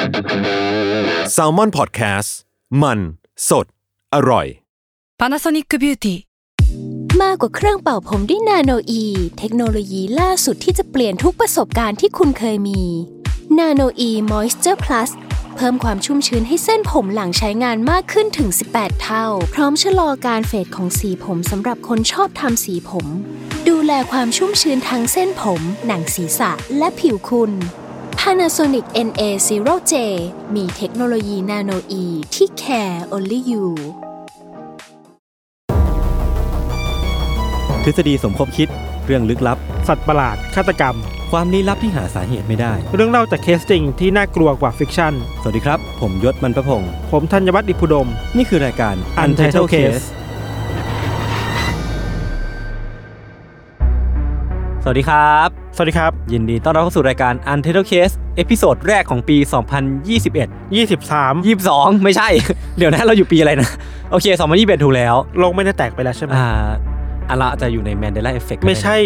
Salmon Podcast มันสดอร่อย Panasonic Beauty มากกว่าเครื่องเป่าผมด้วยนาโนอีเทคโนโลยีล่าสุดที่จะเปลี่ยนทุกประสบการณ์ที่คุณเคยมีนาโนอีมอยส์เจอร์พลัสเพิ่มความชุ่มชื้นให้เส้นผมหลังใช้งานมากขึ้นถึง18เท่าพร้อมชะลอการเฟดของสีผมสำหรับคนชอบทำสีผมดูแลความชุ่มชื้นทั้งเส้นผมหนังศีรษะและผิวคุณ Panasonic NA0J มีเทคโนโลยีนาโนอีที่ care only you ทฤษฎีสมคบคิดเรื่องลึกลับสัตว์ประหลาดฆาตกรรมความลี้ลับที่หาสาเหตุไม่ได้เรื่องเล่าจากเคสจริงที่น่ากลัวกว่าฟิกชั่นสวัสดีครับผมยศมันประพงษ์ผมธัญวัฒน์อิพุดมนี่คือรายการ Untitled Case สวัสดีครับสวัสดีครับยินดีต้อนรับเข้าสู่รายการ Untitled Case เอพิโซดแรกของปี2021 23 22ไม่ใช่ เดี๋ยวนะเราอยู่ปีอะไรนะโอเค2021ถูกแล้วโลกไม่ได้แตกไปแล้วใช่ไหมเราอาจจะอยู่ใน Mandela Effect ไม่ใช่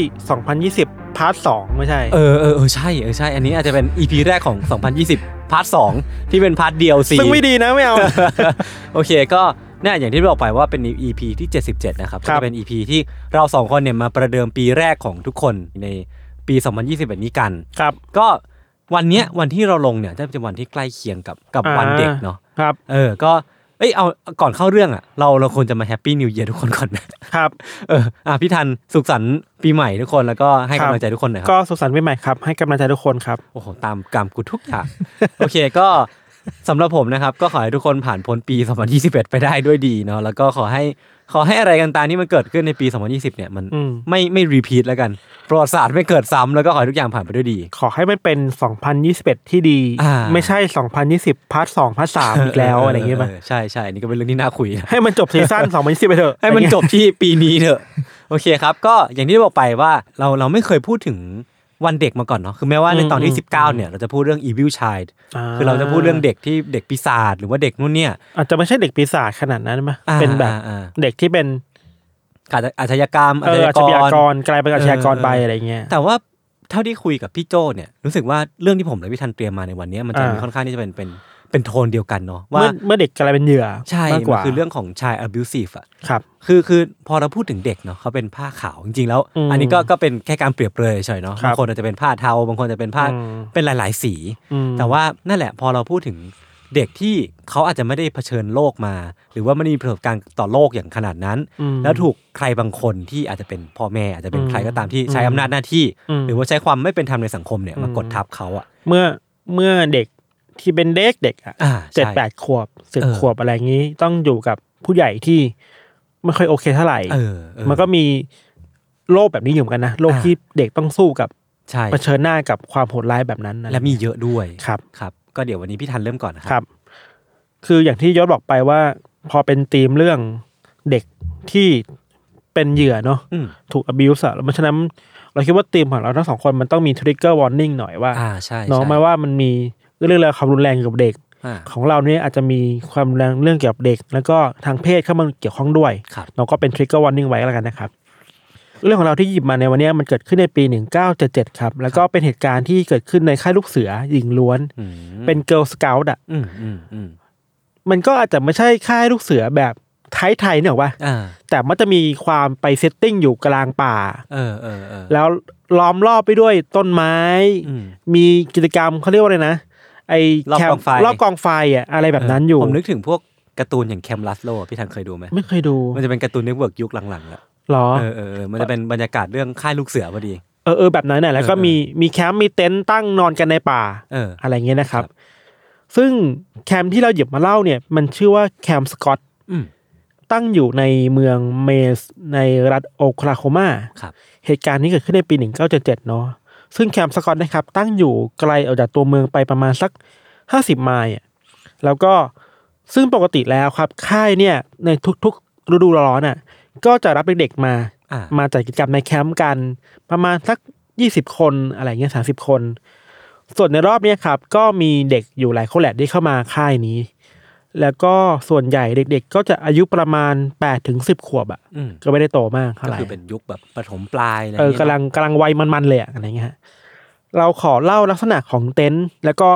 2020พาร์ท2ไม่ใช่ใช่อันนี้อาจจะเป็น EP แรกของ2020พาร์ท2ที่เป็นพาร์ท DLC ซึ่งไม่ดีนะไม่เอาโอเคก็เนี่ยอย่างที่บอกไปว่าเป็น EP ที่77นะครับก็จะเป็น EP ที่เรา2คนเนี่ยมาประเดิมปีแรกของทุกคนในปี2021นี้กันครับก็วันเนี้ยวันที่เราลงเนี่ยจะเป็นวันที่ใกล้เคียงกับวันเด็กเนาะครับก็เอาก่อนเข้าเรื่องเราควรจะมาแฮปปี้นิวเยียร์ทุกคนก่อนนะครับพี่ทันสุขสันต์ปีใหม่ทุกคนแล้วก็ให้กำลังใจทุกคนหน่อยครับก็สุขสันต์ปีใหม่ครับให้กำลังใจทุกคนครับโอ้โหตามกรรมกูทุกอย่าง โอเคก็สำหรับผมนะครับก็ขอให้ทุกคนผ่านพ้นปี2021ไปได้ด้วยดีเนาะแล้วก็ขอให้อะไรกันตามที่มันเกิดขึ้นในปี2020เนี่ยมันไม่รีพีทแล้วกันประวัติศาสตร์ไม่เกิดซ้ำแล้วก็ขอให้ทุกอย่างผ่านไปด้วยดีขอให้มันเป็น2021ที่ดีไม่ใช่2020พาร์ท2พาร์ท3อีกแล้วอะไรอย่างเงี้ยป่ะใช่ๆอันนี้ก็เป็นเรื่องที่น่าคุยให้มันจบซีซั่น2020ไปเถอะให้มันจบที่ปีนี้เถอะโอเคครับก็อย่างที่บอกไปว่าเราไม่เคยพูดถึงวันเด็กมาก่อนเนาะคือแม้ว่าในตอนที่19เนี่ยเราจะพูดเรื่อง Evil Child คือเราจะพูดเรื่องเด็กที่เด็กปีศาจหรือว่าเด็กนู่นเนี่ยอาจจะไม่ใช่เด็กปีศาจขนาดนั้นมั้ยเป็นแบบเด็กที่เป็นอาชญากรรมอาชญากรกลายเป็นอาชญากรไปอะไรเงี้ยแต่ว่าเท่าที่คุยกับพี่โจเนี่ยรู้สึกว่าเรื่องที่ผมและพี่ทันเตรียมมาในวันนี้มันจะมีค่อนข้างที่จะเป็นโทนเดียวกันเนาะว่าเมื่อเด็กกลายเป็นเหยื่อใช่มันคือเรื่องของ child abusive อ่ะครับคือพอเราพูดถึงเด็กเนาะเขาเป็นผ้าขาวจริงๆแล้วอันนี้ก็เป็นแค่การเปรียบเปรยเฉยเนาะบางคนอาจจะเป็นผ้าเทาบางคนจะเป็นผ้าเป็นหลายๆสีแต่ว่านั่นแหละพอเราพูดถึงเด็กที่เขาอาจจะไม่ได้เผชิญโลกมาหรือว่าไม่ได้มีประสบการณ์ต่อโลกอย่างขนาดนั้นแล้วถูกใครบางคนที่อาจจะเป็นพ่อแม่อาจจะเป็นใครก็ตามที่ใช้อำนาจหน้าที่หรือว่าใช้ความไม่เป็นธรรมในสังคมเนี่ยมากดทับเขาอ่ะเมื่อเด็กที่เป็นเด็กอ่ะ 7-8 ขวบ10 ขวบอะไรอย่างงี้ต้องอยู่กับผู้ใหญ่ที่ไม่ค่อยโอเคเท่าไหร่มันก็มีโลกแบบนี้อยู่เหมือนกันนะโลกที่เด็กต้องสู้กับเผชิญหน้ากับความโหดร้ายแบบนั้นและมีเยอะด้วยครับก็เดี๋ยววันนี้พี่ทันเริ่มก่อนนะครับคืออย่างที่ยศบอกไปว่าพอเป็นธีมเรื่องเด็กที่เป็นเหยื่อเนาะถูก abuse อ่ะแล้วเพราะฉะนั้นเราคิดว่าธีมของเราทั้งสองคนมันต้องมี trigger warning หน่อยว่าน้องมาว่ามันมีเรื่องความรุนแรงเกี่ยวกับเด็กของเราเนี่ยอาจจะมีความรุนแรงเรื่องเกี่ยวกับเด็กแล้วก็ทางเพศเข้ามาเกี่ยวข้องด้วยเราก็เป็น trigger warning ไว้แล้วกันนะครับเรื่องของเราที่หยิบมาในวันนี้มันเกิดขึ้นในปี1977ครับแล้วก็เป็นเหตุการณ์ที่เกิดขึ้นในค่ายลูกเสือหญิงล้วนเป็น Girl Scout อ่ะมันก็อาจจะไม่ใช่ค่ายลูกเสือแบบไทยๆเนี่ยหรอวะแต่มันจะมีความไปเซตติ้งอยู่กลางป่าแล้วล้อมรอบไปด้วยต้นไม้มีกิจกรรมเขาเรียกว่าอะไรนะไอ้แคมป์รอบกองไฟอ่ะอะไรแบบนั้นอยู่ผมนึกถึงพวกการ์ตูนอย่างแคมลัสโลพี่ทันเคยดูไหมไม่เคยดูมันจะเป็นการ์ตูนเน็ตเวิร์กยุคหลังๆแล้วหรอมันจะเป็นบรรยากาศเรื่องค่ายลูกเสือพอดีแบบนั้นน่ะแล้วก็มีแคมป์มีเต็นท์ตั้งนอนกันในป่าอะไรเงี้ยนะครับซึ่งแคมป์ที่เราหยิบมาเล่าเนี่ยมันชื่อว่าแคมป์สกอตตั้งอยู่ในเมืองเมสในรัฐโอคลาโฮมาเหตุการณ์นี้เกิดขึ้นในปี1977เนาะซึ่งแคมป์สกอตนะครับตั้งอยู่ไกลออกจากตัวเมืองไปประมาณสัก50ไมล์แล้วก็ซึ่งปกติแล้วครับค่ายเนี่ยในทุกๆฤดูร้อนน่ะก็จะรับเด็กๆมาจัดกิจกรรมในแคมป์กันประมาณสัก20คนอะไรเงี้ย30คนส่วนในรอบนี้ครับก็มีเด็กอยู่หลายคนแหละที่เข้ามาค่ายนี้แล้วก็ส่วนใหญ่เด็กๆก็จะอายุประมาณ8 ถึง 10 ขวบอ่ะก็ไม่ได้โตมากเท่าไหร่ก็คือเป็นยุคแบบประถมปลายอะไรเงี้ยกำลังวัยมันๆเลยอะไรเงี้ยเราขอเล่าลักษณะของเต็นท์แล้วก็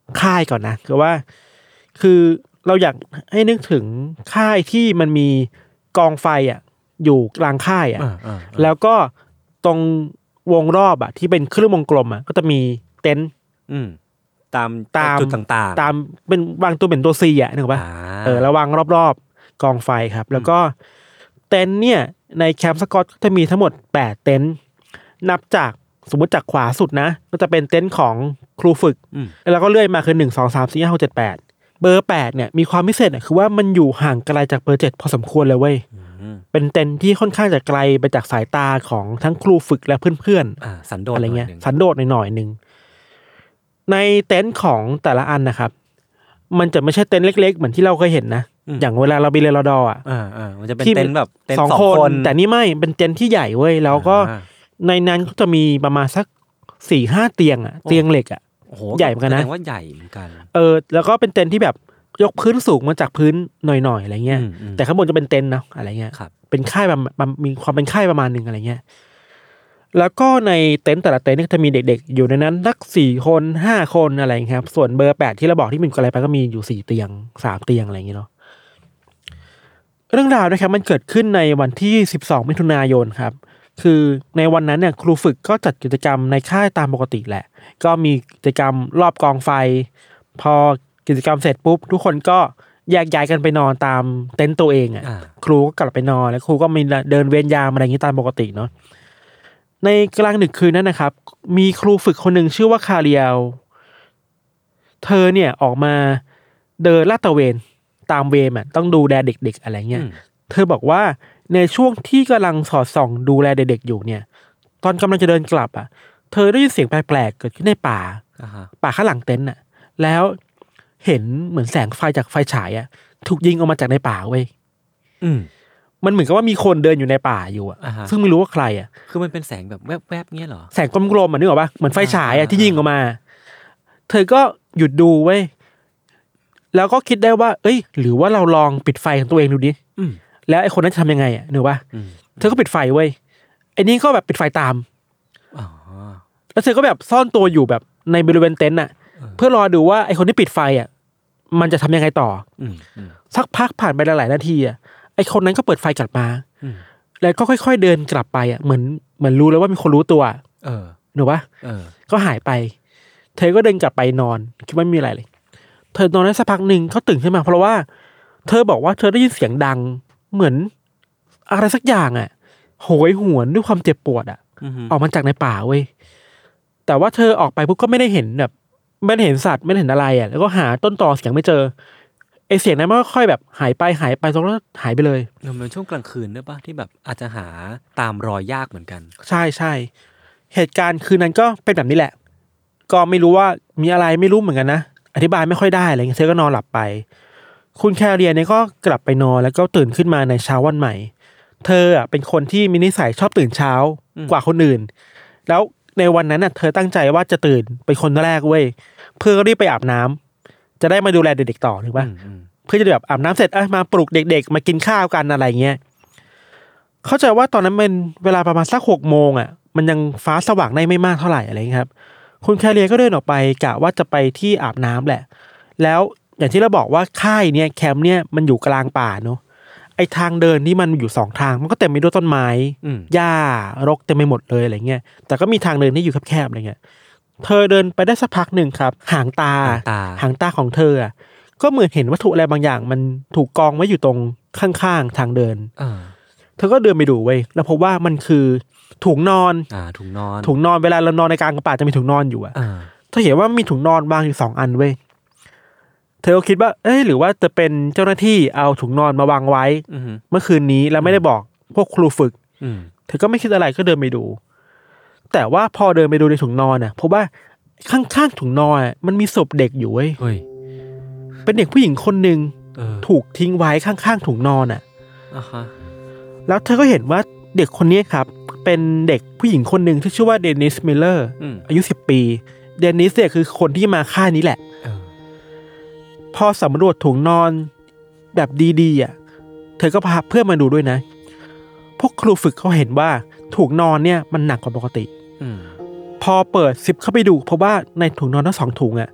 ค่ายก่อนนะคือเราอยากให้นึกถึงค่ายที่มันมีกองไฟอ่ะอยู่กลางค่ายอ่ะแล้วก็ตรงวงรอบอ่ะที่เป็นครึ่งวงกลมอ่ะก็จะมีเต็นท์ตามจุดต่างๆตามเป็นวางตัวเป็นตัวซีอ่ะนึกป่ะแล้ววางรอบๆกองไฟครับแล้วก็เต็นท์เนี่ยในแคมป์สกอตก็จะมีทั้งหมด8เต็นท์นับจากสมมติจากขวาสุดนะก็จะเป็นเต็นท์ของครูฝึกแล้วก็เลื่อยมาคือ1 2 3 4 5 6 7 8เบอร์8เนี่ยมีความพิเศษคือว่ามันอยู่ห่างไกลจากเบอร์7พอสมควรเลยเว้ยเป็นเต็นท์ที่ค่อนข้างจะไกลไปจากสายตาของทั้งครูฝึกและเพื่อนๆสันโดษอะไรเงี้ยสันโดษหน่อยนึงในเต็นท์ของแต่ละอันนะครับมันจะไม่ใช่เต็นท์เล็กๆเหมือนที่เราเคยเห็นนะอย่างเวลาเราไปเรียนรอดอมันจะเป็นเต็นท์แบบเต็นท์ 2 คนแต่นี่ไม่เป็นเต็นท์ที่ใหญ่เว้ยแล้วก็ในนั้นก็จะมีประมาณสัก 4-5 เตียงเตียงเหล็กใหญ่เหมือนกันนะแสดงว่าใหญ่เหมือนกันแล้วก็เป็นเต็นท์ที่แบบยกพื้นสูงมาจากพื้นหน่อยๆอะไรเงี้ยแต่ข้างบนจะเป็นเต็นท์เนาะอะไรเงี้ยเป็นค่ายมีความเป็นค่ายประมาณนึงอะไรเงี้ยแล้วก็ในเต็นท์แต่ละเต็นท์ก็จะมีเด็กๆอยู่ในนั้นสัก4 คน 5 คนอะไรครับส่วนเบอร์8ที่เราบอกที่มันอะไรไปก็มีอยู่4 เตียง3 เตียงอะไรอย่างเงี้ยเนาะเรื่องราวนะครับมันเกิดขึ้นในวันที่12 มิถุนายนครับคือในวันนั้นเนี่ยครูฝึกก็จัดกิจกรรมในค่ายตามปกติแหละก็มีกิจกรรมรอบกองไฟพอกิจกรรมเสร็จปุ๊บทุกคนก็แยกย้ายกันไปนอนตามเต็นท์ตัวเองครูก็กลับไปนอนแล้วครูก็มีเดินเวรยามอะไรอย่างนี้ตามปกติเนาะในกลางดึกคืนนั้นนะครับมีครูฝึกคนหนึ่งชื่อว่าคาเรียลเธอเนี่ยออกมาเดินลาดตระเวนตามเวรต้องดูแลเด็กๆอะไรเงี้ยเธอบอกว่าในช่วงที่กำลังสอดส่องดูแลเด็กๆอยู่เนี่ยตอนกำลังจะเดินกลับเธอได้ยินเสียงแปลกๆเกิดขึ้นในป่าข้างหลังเต็นท์แล้วเห็นเหมือนแสงไฟจากไฟฉายถูกยิงออกมาจากในป่าเว้ยมันเหมือนกับว่ามีคนเดินอยู่ในป่าอยู่ซึ่งไม่รู้ว่าใครคือมันเป็นแสงแบบแวบๆเงี้ยเหรอแสงกลมๆนึกออกปะเหมือนไฟฉายที่ยิงออกมาเธอก็หยุดดูเว้ยแล้วก็คิดได้ว่าเอ้ยหรือว่าเราลองปิดไฟของตัวเองดูดิแล้วไอ้คนนั้นจะทำยังไงนึกว่าเธอก็ปิดไฟเว้ยไอ้นี่ก็แบบปิดไฟตามแล้วเธอก็แบบซ่อนตัวอยู่แบบในบริเวณเต็นท์เพื่อรอดูว่าไอ้คนที่ปิดไฟมันจะทำยังไงต่อสักพักผ่านไปหลายนาทีไอ้คนนั้นก็เปิดไฟกลับมาแล้วก็ค่อยๆเดินกลับไปเหมือนรู้แล้วว่ามีคนรู้ตัวหนูว่าก็หายไปเธอก็เดินกลับไปนอนคิดว่าไม่มีอะไรเลยเธอนอนได้สักพักหนึ่งเขาตื่นขึ้นมาเพราะว่าเธอบอกว่าเธอได้ยินเสียงดังเหมือนอะไรสักอย่างโหยหวนด้วยความเจ็บปวดออกมาจากในป่าเว้ยแต่ว่าเธอออกไปปุ๊บก็ไม่ได้เห็นแบบไม่ได้เห็นสัตว์ไม่ได้เห็นอะไรแล้วก็หาต้นตอเสียงไม่เจอไอเสียงนั้นมันก็ค่อยแบบหายไปตรงนั้นหายไปเลยมันช่วงกลางคืนด้วยป่ะที่แบบอาจจะหาตามรอยยากเหมือนกันใช่เหตุการณ์คืนนั้นก็เป็นแบบนี้แหละก็ไม่รู้ว่ามีอะไรไม่รู้เหมือนกันนะอธิบายไม่ค่อยได้อะไรเงี้ยเธอก็นอนหลับไปคุณแคเรียเนี่ยก็กลับไปนอนแล้วก็ตื่นขึ้นมาในเช้าวันใหม่เธอเป็นคนที่มีนิสัยชอบตื่นเช้ากว่าคนอื่นแล้วในวันนั้นเธอตั้งใจว่าจะตื่นเป็นคนแรกเว้ยเพื่อรีบไปอาบน้ำจะได้มาดูแลเด็กๆต่อถูกป่ะเพื่อจะแบบอาบน้ำเสร็จมาปลุกเด็กๆมากินข้าวกันอะไรเงี้ยเข้าใจว่าตอนนั้นเป็นเวลาประมาณสัก6 โมงมันยังฟ้าสว่างได้ไม่มากเท่าไหร่อะไรเงี้ยครับคุณแคเรียก็เดินออกไปกะว่าจะไปที่อาบน้ำแหละแล้วอย่างที่เราบอกว่าค่ายเนี่ยแคมป์เนี่ยมันอยู่กลางป่าเนาะไอทางเดินที่มันอยู่2 ทางมันก็เต็มไปด้วยต้นไม้หญ้ารกเต็มไปหมดเลยอะไรเงี้ยแต่ก็มีทางเดินที่อยู่แคบๆอะไรเงี้ยเธอเดินไปได้สักพักหนึ่งครับหางตาของเธอก็เหมือนเห็นวัตถุอะไรบางอย่างมันถูกกองไว้อยู่ตรงข้างๆทางเดินเธอก็เดินไปดูเว้ยแล้วพบว่ามันคือถุงนอนถุงนอนเวลาเรานอนในกลางป่าจะมีถุงนอนอยู่เธอเห็นว่ามีถุงนอนวางอยู่2 อันเว้ยเธอก็คิดว่าหรือว่าจะเป็นเจ้าหน้าที่เอาถุงนอนมาวางไว้เมื่อคืนนี้แล้วไม่ได้บอกพวกครูฝึกเธอก็ไม่คิดอะไรก็เดินไปดูแต่ว่าพอเดินไปดูในถุงนอนพบว่าข้างๆถุงนอนมันมีศพเด็กอยู่เว้ยเป็นเด็กผู้หญิงคนนึงถูกทิ้งไว้ข้างๆถุงนอนแล้วเธอก็เห็นว่าเด็กคนนี้ครับเป็นเด็กผู้หญิงคนนึงที่ชื่อว่าเดนิสมิลเลอร์อายุ10 ปีเดนิสเนี่ยคือคนที่มาค่ายนี้แหละพอสำรวจถุงนอนแบบดีๆเธอก็พาเพื่อนมาดูด้วยนะพวกครูฝึกเขาเห็นว่าถุงนอนเนี่ยมันหนักกว่าปกติพอเปิดซิปเข้าไปดูเพราะว่าในถุงนอนทั้ง2 ถุง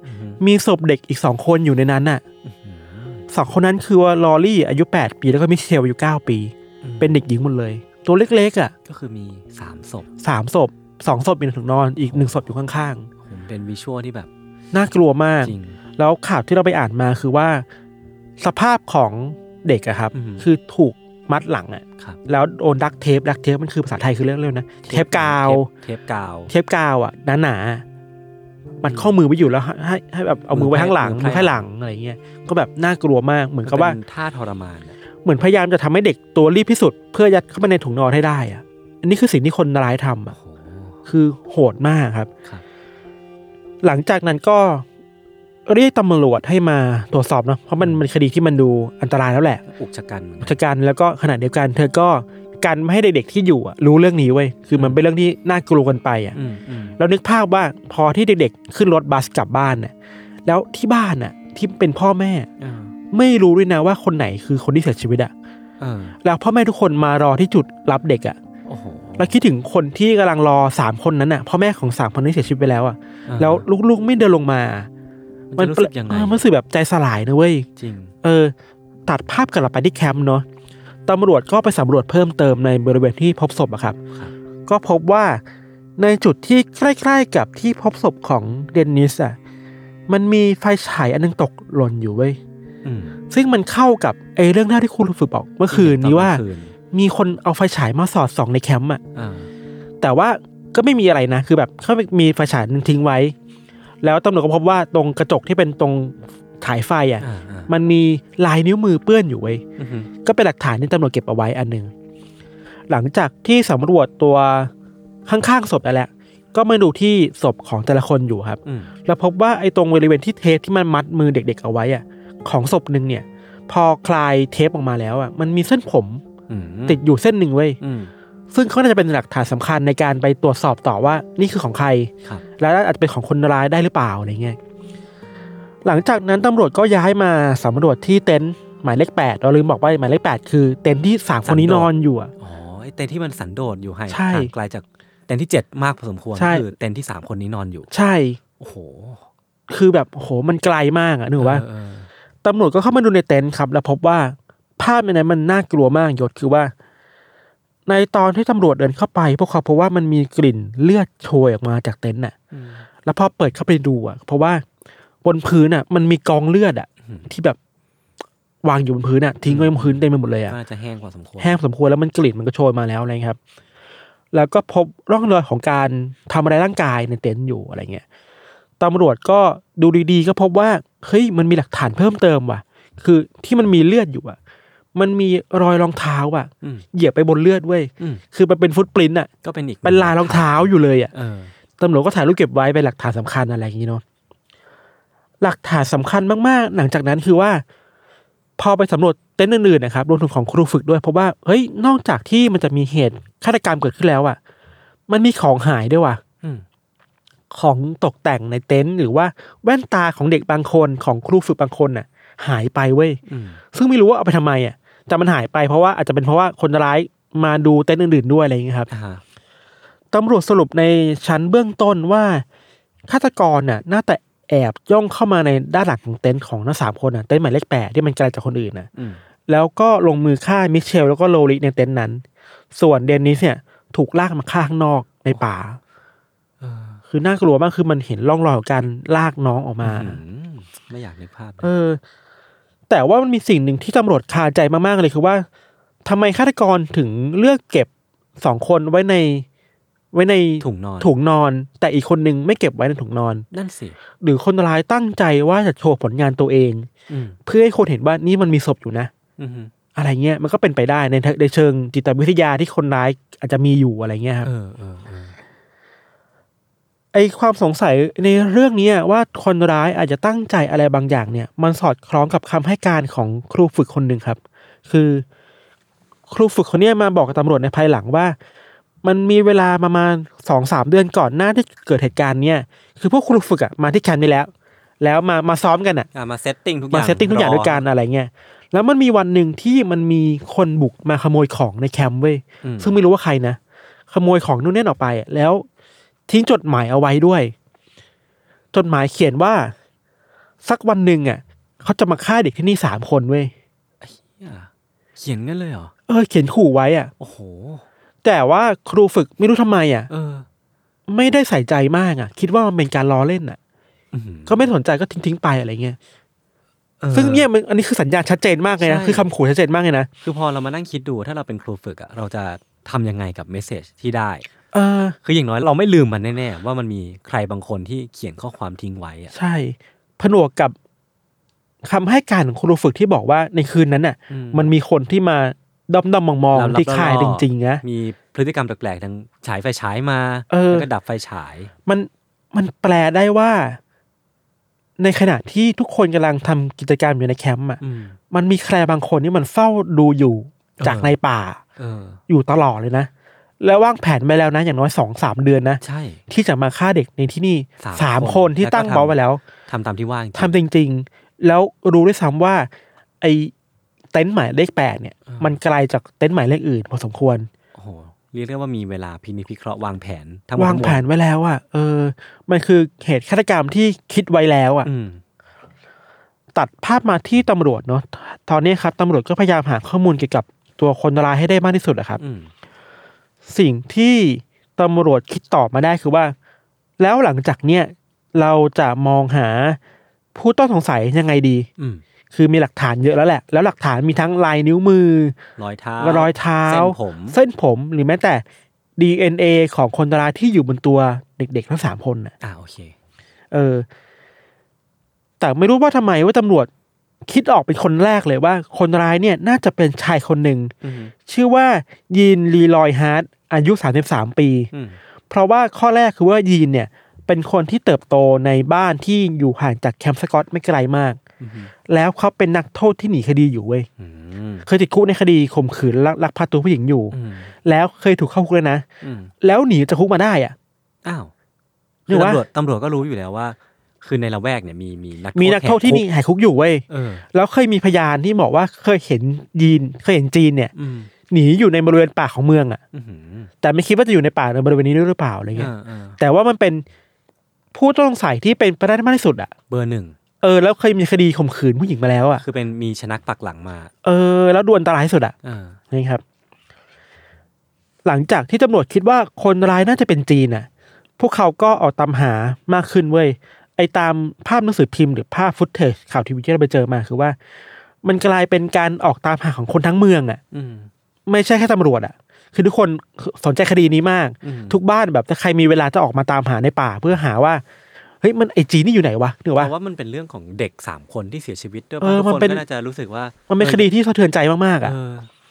มีศพเด็กอีก2คนอยู่ในนั้นน่ะ2คนนั้นคือว่าลอรี่อายุ8ปีแล้วก็มิเชลอายุ9ปีเป็นเด็กหญิงหมดเลยตัวเล็กๆอ่ะก็คือมี3ศพ 3ศพ2ศพอยู่ในถุงนอนอีก1ศพอยู่ข้างๆผมเป็นวิชวลที่แบบน่ากลัวมากแล้วข่าวที่เราไปอ่านมาคือว่าสภาพของเด็กอะครับคือถูกมัดหลังอะแล้วโดนดักเทปมันคือภาษาไทยคือเรื่องเร็วนะเทปกาวอะหนาๆมันข้อมือไว้อยู่แล้วให้แบบเอามือไว้ข้างหลังมือข้างหลังอะไรเงี้ยก็แบบน่ากลัวมากเหมือนกับว่าท่าทรมานเหมือนพยายามจะทำให้เด็กตัวรีบที่สุดเพื่อยัดเข้าไปในถุงนอนให้ได้อะอันนี้คือสิ่งที่คนร้ายทำอะคือโหดมากครับหลังจากนั้นก็เรียกตำรวจให้มาตรวจสอบเนาะเพราะมันคดีที่มันดูอันตรายแล้วแหละอุกชะกันแล้วก็ขณะเดียวกันเธอก็กันไม่ให้เด็กๆที่อยู่รู้เรื่องนี้เว้ยคือมันเป็นเรื่องที่น่ากลัวกันไปอ่ะแล้วนึกภาพว่าพอที่เด็กๆขึ้นรถบัสกลับบ้านน่ะแล้วที่บ้านน่ะที่เป็นพ่อแม่ไม่รู้ด้วยนะว่าคนไหนคือคนที่เสียชีวิตอ่ะแล้วพ่อแม่ทุกคนมารอที่จุดรับเด็กอ่ะเราคิดถึงคนที่กำลังรอ3คนนั้นน่ะพ่อแม่ของ3คนที่เสียชีวิตไปแล้วอ่ะแล้วลูกๆไม่เดินลงมามันรู้สึกยังไงมันรู้สึกแบบใจสลายนะเว้ยจริงตัดภาพกลับไปที่แคมป์เนาะตำรวจก็ไปสำรวจเพิ่มเติมในบริเวณที่พบศพอะครับก็พบว่าในจุดที่ใกล้ๆกับที่พบศพของเดนนิสอะมันมีไฟฉายอันนึงตกหล่นอยู่เว้ยซึ่งมันเข้ากับเรื่องที่คุณฝึกบอกเมื่อคืนนี้ว่ามีคนเอาไฟฉายมาสอดส่องในแคมป์อะแต่ว่าก็ไม่มีอะไรนะคือแบบเขามีไฟฉายนึงทิ้งไว้แล้วตำรวจก็พบว่าตรงกระจกที่เป็นตรงฉายไฟอ่ะมันมีลายนิ้วมือเปื้อนอยู่เว้ยก็เป็นหลักฐานที่ตำรวจเก็บเอาไว้อันนึงหลังจากที่สำรวจตัวข้างๆศพแล้วก็มาดูที่ศพของแต่ละคนอยู่ครับแล้วพบว่าไอ้ตรงบริเวณที่เทปที่มันมัดมือเด็กๆเอาไว้อ่ะของศพนึงเนี่ยพอคลายเทปออกมาแล้วอ่ะมันมีเส้นผมติดอยู่เส้นนึงเว้ยซึ่งเขาน่าจะเป็นหลักฐานสำคัญในการไปตรวจสอบต่อว่านี่คือของใครแล้วอาจจะเป็นของคนร้ายได้หรือเปล่าอะไรเงี้ยหลังจากนั้นตำรวจก็ย้ายมาสำรวจที่เต็นท์หมายเลข8เราลืมบอกว่าหมายเลข8คือเต็นท์ที่3คนนี้นอนอยู่อ๋อไอ้เต็นท์ที่มันสันโดษอยู่ห่างไกลจากเต็นท์ที่7มากพอสมควรคือเต็นท์ที่3คนนี้นอนอยู่ใช่โอ้โหคือแบบโอ้โหมันไกลมากนึกว่าตำรวจก็เข้ามาดูในเต็นท์ครับแล้วพบว่าภาพในนั้นมันน่ากลัวมากยศคือว่าในตอนที่ตำรวจเดินเข้าไปพวกเขาเพราะว่ามันมีกลิ่นเลือดโชยออกมาจากเต็นท์น่ะแล้วพอเปิดเข้าไปดูเพราะว่าบนพื้นมันมีกองเลือดที่แบบวางอยู่บนพื้นทิ้งไว้บนพื้นเต็มไปหมดเลยน่าจะแห้งพอสมควรแล้วมันกลิ่นมันก็โชยมาแล้วอะไรครับแล้วก็พบร่องรอยของการทำอะไรร่างกายในเต็นท์อยู่อะไรเงี้ยตำรวจก็ดูดีๆก็พบว่าเฮ้ยมันมีหลักฐานเพิ่มเติมว่ะคือที่มันมีเลือดอยู่มันมีรอยรองเท้าเหยียบไปบนเลือดเว้ยคือมันเป็นฟุตปรินท์ก็เป็นอีกเป็นลายรองเท้าอยู่เลยตำรวจก็ถ่ายรูปเก็บไว้เป็นหลักฐานสำคัญอะไรอย่างนี้เนาะหลักฐานสำคัญมากๆหลังจากนั้นคือว่าพอไปสำรวจเต็นท์อื่นๆนะครับรวมถึงของครูฝึกด้วยเพราะว่าเฮ้ยนอกจากที่มันจะมีเหตุฆาตกรรมเกิดขึ้นแล้วมันมีของหายด้วยของตกแต่งในเต็นท์หรือว่าแว่นตาของเด็กบางคนของครูฝึกบางคนหายไปเว้ยซึ่งไม่รู้ว่าเอาไปทำไมแต่มันหายไปเพราะว่าอาจจะเป็นเพราะว่าคนร้ายมาดูเต็นท์อื่นๆด้วยอะไรอย่างเงี้ยครับตำรวจสรุปในชั้นเบื้องต้นว่าฆาตกรน่าจะแอบย่องเข้ามาในด้านหลังของเต็นท์ของทั้ง3คนเต็นท์หมายเลข8ที่มันไกลจากคนอื่นแล้วก็ลงมือฆ่ามิเชลแล้วก็โลลิในเต็นท์นั้นส่วนเดนนิสเนี่ยถูกลากมาฆ่าข้างนอกในป่าคือน่ากลัวมากคือมันเห็นร่องรอยของการลากน้องออกมาไม่อยากนึกภาพแต่ว่ามันมีสิ่งหนึ่งที่ตำรวจคาใจมากๆเลยคือว่าทำไมฆาตกรถึงเลือกเก็บ2คนไว้ในถุงนอนแต่อีกคนนึงไม่เก็บไว้ในถุงนอนนั่นสิหรือคนร้ายตั้งใจว่าจะโชว์ผลงานตัวเองเพื่อให้คนเห็นว่านี่มันมีศพอยู่นะอะไรเงี้ยมันก็เป็นไปได้ในเชิงจิตวิทยาที่คนร้ายอาจจะมีอยู่อะไรเงี้ยครับไอความสงสัยในเรื่องนี้ว่าคนร้ายอาจจะตั้งใจอะไรบางอย่างเนี่ยมันสอดคล้องกับคำให้การของครูฝึกคนหนึ่งครับคือครูฝึกคนนี้มาบอกกับตำรวจในภายหลังว่ามันมีเวลาประมาณ 2-3 เดือนก่อนหน้าที่เกิดเหตุการณ์เนี่ยคือพวกครูฝึกมาที่แคมป์นี้แล้วมาซ้อมกันมาเซตติ้งทุกอย่างด้วยกันอะไรเงี้ยแล้วมันมีวันหนึ่งที่มันมีคนบุกมาขโมยของในแคมป์เว้ยซึ่งไม่รู้ว่าใครนะขโมยของนู่นนี่ออกไปแล้วทิ้งจดหมายเอาไว้ด้วยจดหมายเขียนว่าสักวันหนึ่งอ่ะเขาจะมาฆ่าเด็กที่นี่3 คนเว้ยเขียนงั้นเลยเหรอเขียนขู่ไว้อ่ะโอ้โหแต่ว่าครูฝึกไม่รู้ทำไมอ่ะไม่ได้ใส่ใจมากอ่ะคิดว่ามันเป็นการล้อเล่นอ่ะก็ไม่สนใจก็ทิ้งไปอะไรเงี้ยซึ่งเนี่ยอันนี้คือสัญญาณชัดเจนมากเลยนะคือคำขู่ชัดเจนมากเลยนะคือพอเรามานั่งคิดดูถ้าเราเป็นครูฝึกอ่ะเราจะทำยังไงกับเมสเสจที่ได้คืออย่างน้อยเราไม่ลืมมันแน่ๆว่ามันมีใครบางคนที่เขียนข้อความทิ้งไว้อ่ะใช่ผนวกกับคำให้การของครูฝึกที่บอกว่าในคืนนั้นน่ะมันมีคนที่มาด้อมๆมองๆที่ค่ายจริงๆนะมีพฤติกรรมแปลกๆทั้งฉายไฟฉายมาแล้วก็ดับไฟฉายมันแปลได้ว่าในขณะที่ทุกคนกำลังทำกิจกรรมอยู่ในแคมป์อ่ะมันมีใครบางคนที่มันเฝ้าดูอยู่จากในป่าอยู่ตลอดเลยนะแล้ววางแผนไว้แล้วนะอย่างน้อย 2-3 เดือนนะที่จะมาฆ่าเด็กในที่นี่3 คนที่ตั้งเป้าไว้แล้วทำตามที่ว่าทำจริงๆแล้วรู้ด้วยซ้ำว่าไอ้เต็นท์หมายเลข8เนี่ยมันไกลจากเต็นท์หมายเลขอื่นพอสมควรโอ้โหเรียกได้ว่ามีเวลาพินิจพิเคราะห์วางแผนวางแผนไว้แล้วอ่ะมันคือเหตุฆาตกรรมที่คิดไว้แล้วอ่ะตัดภาพมาที่ตำรวจเนาะตอนนี้ครับตำรวจก็พยายามหาข้อมูลเกี่ยวกับตัวคนร้ายให้ได้มากที่สุดอะครับสิ่งที่ตำรวจคิดตอบมาได้คือว่าแล้วหลังจากเนี้ยเราจะมองหาผู้ต้องสงสัยยังไงดีคือมีหลักฐานเยอะแล้วแหละแล้วหลักฐานมีทั้งลายนิ้วมือรอยเท้าเส้นผมหรือแม้แต่ DNA ของคนร้ายที่อยู่บนตัวเด็กๆทั้ง3 คนน่ะโอเคแต่ไม่รู้ว่าทำไมว่าตำรวจคิดออกเป็นคนแรกเลยว่าคนร้ายเนี่ยน่าจะเป็นชายคนหนึ่งชื่อว่ายีนลีลอยฮาร์ดอายุ33 ปีเพราะว่าข้อแรกคือว่ายีนเนี่ยเป็นคนที่เติบโตในบ้านที่อยู่ห่างจากแคมป์สกอตไม่ไกลมากแล้วเขาเป็นนักโทษที่หนีคดีอยู่เว้ยเคยติดคุกในคดีข่มขืนลักพาตัวผู้หญิงอยู่แล้วเคยถูกเข้าคุกเลยนะแล้วหนีจากคุกมาได้อ่ะตำรวจก็รู้อยู่แล้วว่าคือในละแวกเนี่ยมีนักโทษที่นี่หายคุกอยู่เว้ยแล้วเคยมีพยานที่บอกว่าเคยเห็นจีนเนี่ยหนีอยู่ในบริเวณป่าของเมืองอ่ะแต่ไม่คิดว่าจะอยู่ในป่าในบริเวณนี้หรือเปล่าอะไรเงี้ยแต่ว่ามันเป็นผู้ต้องสงสัยที่เป็นไปได้มากที่สุดอ่ะเบอร์ 1 แล้วเคยมีคดีข่มขืนผู้หญิงมาแล้วอ่ะคือเป็นมีชนักปักหลังมาแล้วดูอันตรายที่สุดอ่ะนี่ครับหลังจากที่ตำรวจคิดว่าคนร้ายน่าจะเป็นจีนน่ะพวกเขาก็ออกตามหามากขึ้นเว้ยไอ้ตามภาพหนังสือพิมพ์หรือภาพฟุตเทจข่าวทีวีที่เราไปเจอมาคือว่ามันกลายเป็นการออกตามหาของคนทั้งเมืองอ่ะไม่ใช่แค่ตำรวจอ่ะคือทุกคนสนใจคดีนี้มากทุกบ้านแบบถ้าใครมีเวลาจะออกมาตามหาในป่าเพื่อหาว่าเฮ้ยมันไอจีนี่อยู่ไหนวะนึกว่ามันเป็นเรื่องของเด็ก3 คนที่เสียชีวิตด้วยทุกคนก็น่าจะรู้สึกว่ามันเป็นคดีที่สะเทือนใจมากๆอ่ะ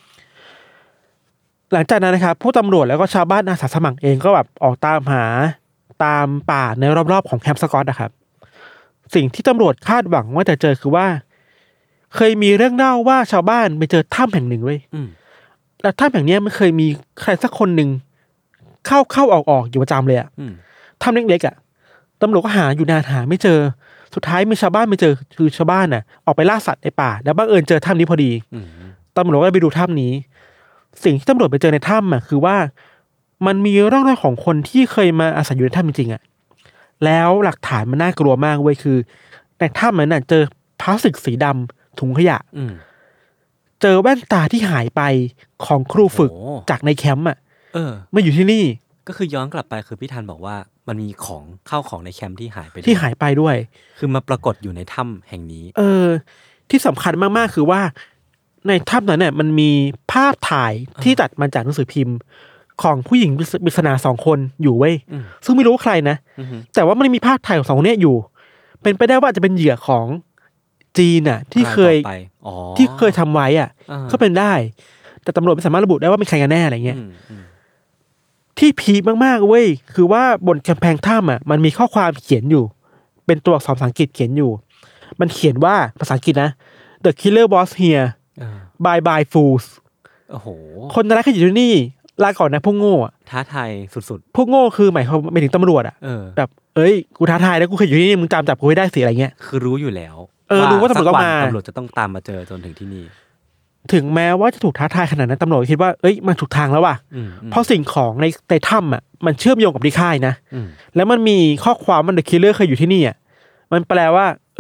หลังจากนั้นนะครับผู้ตำรวจแล้วก็ชาวบ้านอาสาสมัครเองก็แบบออกตามหาตามป่าในรอบๆของแคมป์สกอตนะครับสิ่งที่ตำรวจคาดหวังว่าจะเจอคือว่าเคยมีเรื่องเล่าว่าชาวบ้านไปเจอถ้ำแห่งหนึ่งเว้ยแล้วถ้ำแห่งนี้มันเคยมีใครสักคนหนึ่งเข้าออกอยู่ประจำเลยอ่ะถ้ำเล็กๆอ่ะตำรวจก็หาอยู่นานหาไม่เจอสุดท้ายมีชาวบ้านไปเจอคือชาวบ้านน่ะออกไปล่าสัตว์ในป่าแล้วบังเอิญเจอถ้ำนี้พอดีตำรวจก็ไปดูถ้ำนี้สิ่งที่ตำรวจไปเจอในถ้ำอ่ะคือว่ามันมีร่องรอยของคนที่เคยมาอาศัยอยู่ในถ้ำจริงๆอ่ะแล้วหลักฐานมันน่ากลัวมากเว้ยคือในถ้ำนั้นน่ะเจอพลาสติกสีดำถุงขยะเจอแว่นตาที่หายไปของครูฝึกจากในแคมป์อ่ะมาอยู่ที่นี่ก็คือย้อนกลับไปคือพี่ธันบอกว่ามันมีของเข้าของในแคมป์ที่หายไปด้วยคือมาปรากฏอยู่ในถ้ำแห่งนี้ที่สำคัญมากๆคือว่าในถ้ำนั้นเนี่ยมันมีภาพถ่ายที่ตัดมาจากหนังสือพิมพ์ของผู้หญิงปริศนา2 คนอยู่เว้ยซึ่งไม่รู้ว่าใครนะแต่ว่ามันมีภาพถ่ายของ2 คนนี้อยู่เป็นไปได้ว่าจะเป็นเหยื่อของจีนน่ะที่เคยทำไว้อ่ะก็เป็นได้แต่ตำรวจไม่สามารถระบุได้ว่าเป็นใครกันแน่อะไรเงี้ยที่พีคมากๆเว้ยคือว่าบนกำแพงถ้ำอ่ะมันมีข้อความเขียนอยู่เป็นตัวอักษรภาษาอังกฤษเขียนอยู่มันเขียนว่าภาษาอังกฤษนะ The killer was here bye bye fools โอ้โหคนร้ายเขาอยู่ที่นี่ลาก่อนนะพวกโง่อะท้าทายสุดๆพวกโง่คือหมายความไปถึงตำรวจอ่ะแบบกูท้าทายแล้วกูเคยอยู่ที่นี่มึงจับกูให้ได้สิอะไรเงี้ยคือรู้อยู่แล้วรู้ว่าตำรวจต้องมาตำรวจจะต้องตามมาเจอจนถึงที่นี่ถึงแม้ว่าจะถูกท้าทายขนาดนั้นตำรวจคิดว่ามันถูกทางแล้วว่ะเพราะสิ่งของในถ้ำอ่ะมันเชื่อมโยงกับที่ค่ายนะแล้วมันมีข้อความมันเดอะคิลเลอร์เคยอยู่ที่นี่อ่ะมันแปลว่าว่ะ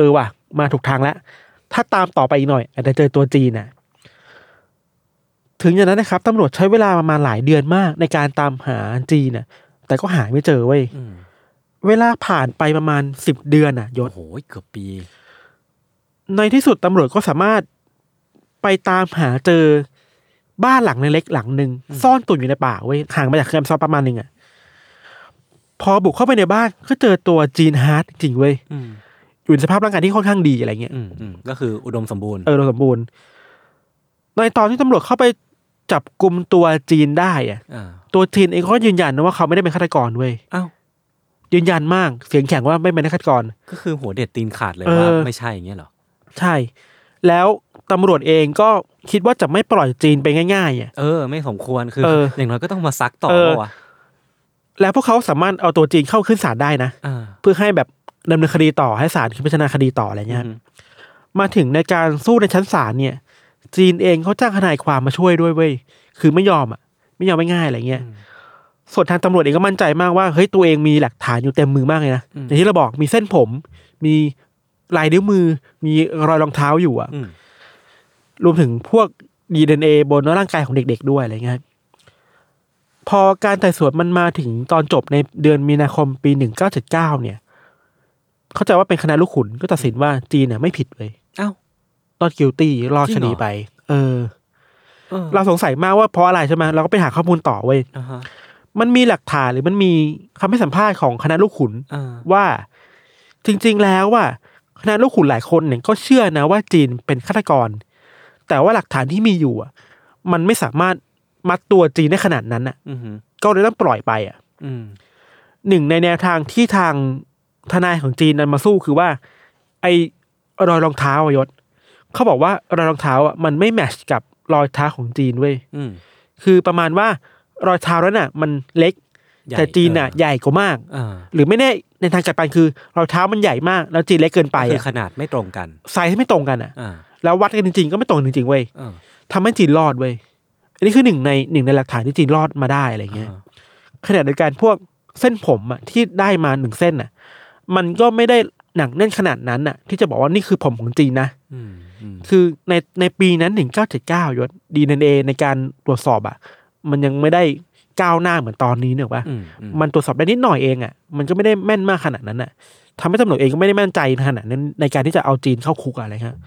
มาถูกทางแล้วถ้าตามต่อไปอีกหน่อยอาจจะเจอตัวจีนน่ะถึงอย่างนั้นนะครับตำรวจใช้เวลาประมาณหลายเดือนมากในการตามหาจีนน่ะแต่ก็หาไม่เจอเว้ยเวลาผ่านไปประมาณ10 เดือนน่ะยศโอ้โหเกือบปีในที่สุดตำรวจก็สามารถไปตามหาเจอบ้านหลังเล็กหลังนึงซ่อนตัวอยู่ในป่าเว้ยห่างมาจากแคมป์ซอประมาณนึงอ่ะพอบุกเข้าไปในบ้านก็เจอตัวจีนฮาร์ดจริงเว้ยอยู่ในสภาพร่างกายที่ค่อนข้างดีอะไรเงี้ยก็คืออุดมสมบูรณ์อุดมสมบูรณ์ในตอนที่ตำรวจเข้าไปจับกุมตัวจีนได้อ่ะตัวจีนเองก็ยืนยันนะว่าเขาไม่ได้เป็นฆาตกรเว้ยอ้าวยืนยันมากเสียงแข็งว่าไม่เป็นฆาตกรก็คือหัวเด็ดตีนขาดเลยว่าไม่ใช่อย่างเงี้ยหรอใช่แล้วตำรวจเองก็คิดว่าจะไม่ปล่อยจีนไปง่ายๆอ่ะไม่สมควรคืออย่างน้อยก็ต้องมาซักต่อว่ะแล้วพวกเขาสามารถเอาตัวจีนเข้าขึ้นศาลได้นะเพื่อให้แบบดำเนินคดีต่อให้ศาลพิจารณาคดีต่ออะไรเงี้ยมาถึงในการสู้ในชั้นศาลเนี่ยจีนเองเขาจ้างทนายความมาช่วยด้วยเว้ยคือไม่ยอมไม่ง่ายอะไรเงี้ยส่วนทางตำรวจเองก็มั่นใจมากว่าเฮ้ยตัวเองมีหลักฐานอยู่เต็มมือมากเลยนะอย่างที่เราบอกมีเส้นผมมีลายนิ้วมือมีรอยรองเท้าอยู่อ่ะรวมถึงพวก DNA บนร่างกายของเด็กๆด้วยอะไรเงี้ยพอการไต่สวนมันมาถึงตอนจบในเดือนมีนาคมปี1979เนี่ยเข้าใจว่าเป็นคณะลูกขุนก็ตัดสินว่าจีนเนี่ยไม่ผิดเลยอ้าวตอนกิลตี้รอดคดีไปเราสงสัยมากว่าเพราะอะไรใช่ไหมเราก็ไปหาข้อมูลต่อเว้ยมันมีหลักฐานหรือมันมีคำให้สัมภาษณ์ของคณะลูกขุนว่าจริงๆแล้วว่าคณะลูกขุนหลายคนเนี่ยก็เชื่อนะว่าจีนเป็นฆาตกรแต่ว่าหลักฐานที่มีอยู่อ่ะมันไม่สามารถมัดตัวจีนได้ขนาดนั้นอ่ะก็เลยต้องปล่อยไปอ่ะหนึ่งในแนวทางที่ทางทนายของจีนนั้นมาสู้คือว่าไอ้รอยรองเท้ายศเขาบอกว่ารอยรองเท้าอ่ะมันไม่แมทช์กับรอยเท้าของจีนเว้ยคือประมาณว่ารอยเท้านั้นน่ะมันเล็กแต่จีนน่ะใหญ่กว่ามากหรือไม่แน่ในทางกลับกันคือรอยเท้ามันใหญ่มากแล้วจีนเล็กเกินไปคือขนาดไม่ตรงกันไซส์ไม่ตรงกันอ่ะแล้ววัดกันจริงๆก็ไม่ตรงจริงๆเว้ยทำให้จีนรอดเว้ยอันนี้คือหนึ่งในหลักฐานที่จีนรอดมาได้อะไรเงี้ยขณะเดียวกันพวกเส้นผมอ่ะที่ได้มา1เส้นอ่ะมันก็ไม่ได้หนักแน่นขนาดนั้นอ่ะที่จะบอกว่านี่คือผมของจีนนะคือในปีนั้น1979ยศ DNA ในการตรวจสอบอ่ะมันยังไม่ได้ก้าวหน้าเหมือนตอนนี้เนอะว่ามันตรวจสอบได้นิดหน่อยเองอ่ะมันก็ไม่ได้แม่นมากขนาดนั้นอ่ะทำให้ตำรวจเองก็ไม่ได้มั่นใจขนาดนั้นในการที่จะเอาจีนเข้าคุกอะไรฮะ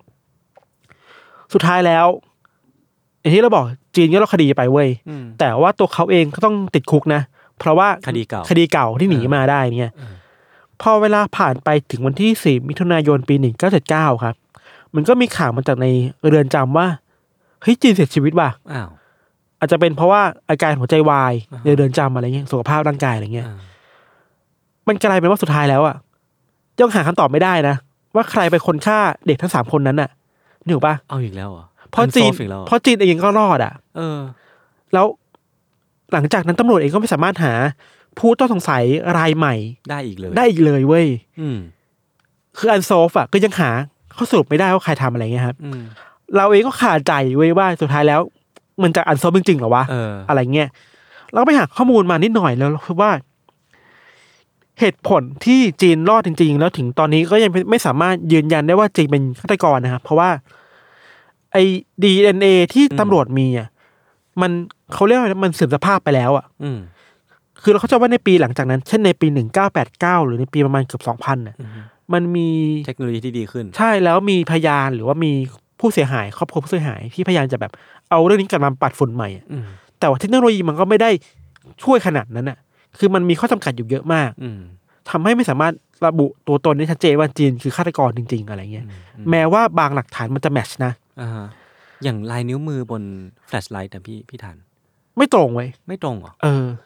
สุดท้ายแล้วอย่างที่เราบอกจีนก็รอดคดีไปเว้ยแต่ว่าตัวเขาเองก็ต้องติดคุกนะเพราะว่าคดีเก่าที่หนีมาได้เนี่ยพอเวลาผ่านไปถึงวันที่4 มิถุนายนปี1979ครับมันก็มีข่าวมาจากในเรือนจำว่าเฮ้ยจีนเสียชีวิตว่ะอาจจะเป็นเพราะว่าอาการหัวใจวายในเรือนจำอะไรเงี้ยสุขภาพร่างกายอะไรเงี้ยมันกลายเป็นว่าสุดท้ายแล้วอ่ะยังหาคำตอบไม่ได้นะว่าใครเป็นคนฆ่าเด็กทั้ง3คนนั้นน่ะนึกออกปะเอาอีกแล้วเหรอเพราะจีนเองก็รอดอ่ะแล้วหลังจากนั้นตำรวจเองก็ไม่สามารถหาผู้ต้องสงสัยรายใหม่ได้อีกเลยเว้ยคืออันโซฟอ่ะก็ยังหาข้อสรุปไม่ได้ว่าใครทำอะไรเงี้ยครับเราเองก็ขาดใจเว้ยว่าสุดท้ายแล้วมันจะอันโซฟจริงๆหรอวะอะไรเงี้ยเราก็ไปหาข้อมูลมานิดหน่อยแล้วคือว่าเหตุผลที่จีนรอดจริงๆแล้วถึงตอนนี้ก็ยังไม่สามารถยืนยันได้ว่าจีนเป็นฆาตกรนะครับเพราะว่าไอ้ DNA ที่ตำรวจมีอ่ะมันเขาเรียกว่ามันเสื่อมสภาพไปแล้วอ่ะคือเราเข้าใจว่าในปีหลังจากนั้นเช่นในปี1989หรือในปีประมาณเกือบ2000น่ะมันมีเทคโนโลยีที่ดีขึ้นใช่แล้วมีพยานหรือว่ามีผู้เสียหายครอบครัวผู้เสียหายที่พยายามจะแบบเอาเรื่องนี้กลับมาปัดฝุ่นใหม่แต่ว่าเทคโนโลยีมันก็ไม่ได้ช่วยขนาดนั้นน่ะคือมันมีข้อจำกัดอยู่เยอะมากทำให้ไม่สามารถระบุตัวตนได้ชัดเจนว่าจีนคือฆาตกรจริงๆอะไรเงี้ยแม้ว่าบางหลักฐานมันจะแมทช์นะอย่างลายนิ้วมือบนแฟลชไลท์แต่พี่ทันไม่ตรงเว้ยไม่ตรงเหรอ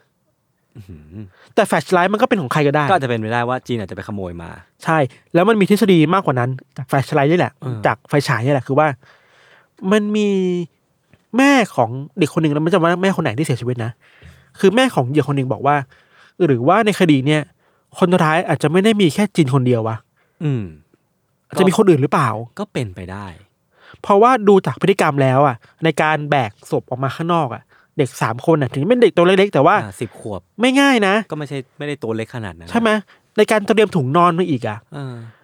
แต่แฟลชไลท์มันก็เป็นของใครก็ได้ก็จะเป็นไปได้ว่าจีนอาจจะไปขโมยมาใช่แล้วมันมีทฤษฎีมากกว่านั้นจากแฟลชไลท์นี่แหละจากไฟฉายนี่แหละคือว่ามันมีแม่ของเด็กคนหนึ่งแล้วไม่จำว่าแม่คนไหนที่เสียชีวิตนะคือแม่ของเหยื่อคนหนึ่งบอกว่าหรือว่าในคดีเนี่ยคนร้ายอาจจะไม่ได้มีแค่จีนคนเดียววะอาจจะมีคนอื่นหรือเปล่าก็เป็นไปได้เพราะว่าดูจากพฤติกรรมแล้วอ่ะในการแบกศพออกมาข้างนอกอ่ะเด็ก3คนน่ะถึงเป็นเด็กตัวเล็กๆแต่ว่า 10 ขวบไม่ง่ายนะก็ไม่ได้ตัวเล็กขนาดนั้นใช่ไหมในการเตรียมถุงนอนมาอีกอ่ะ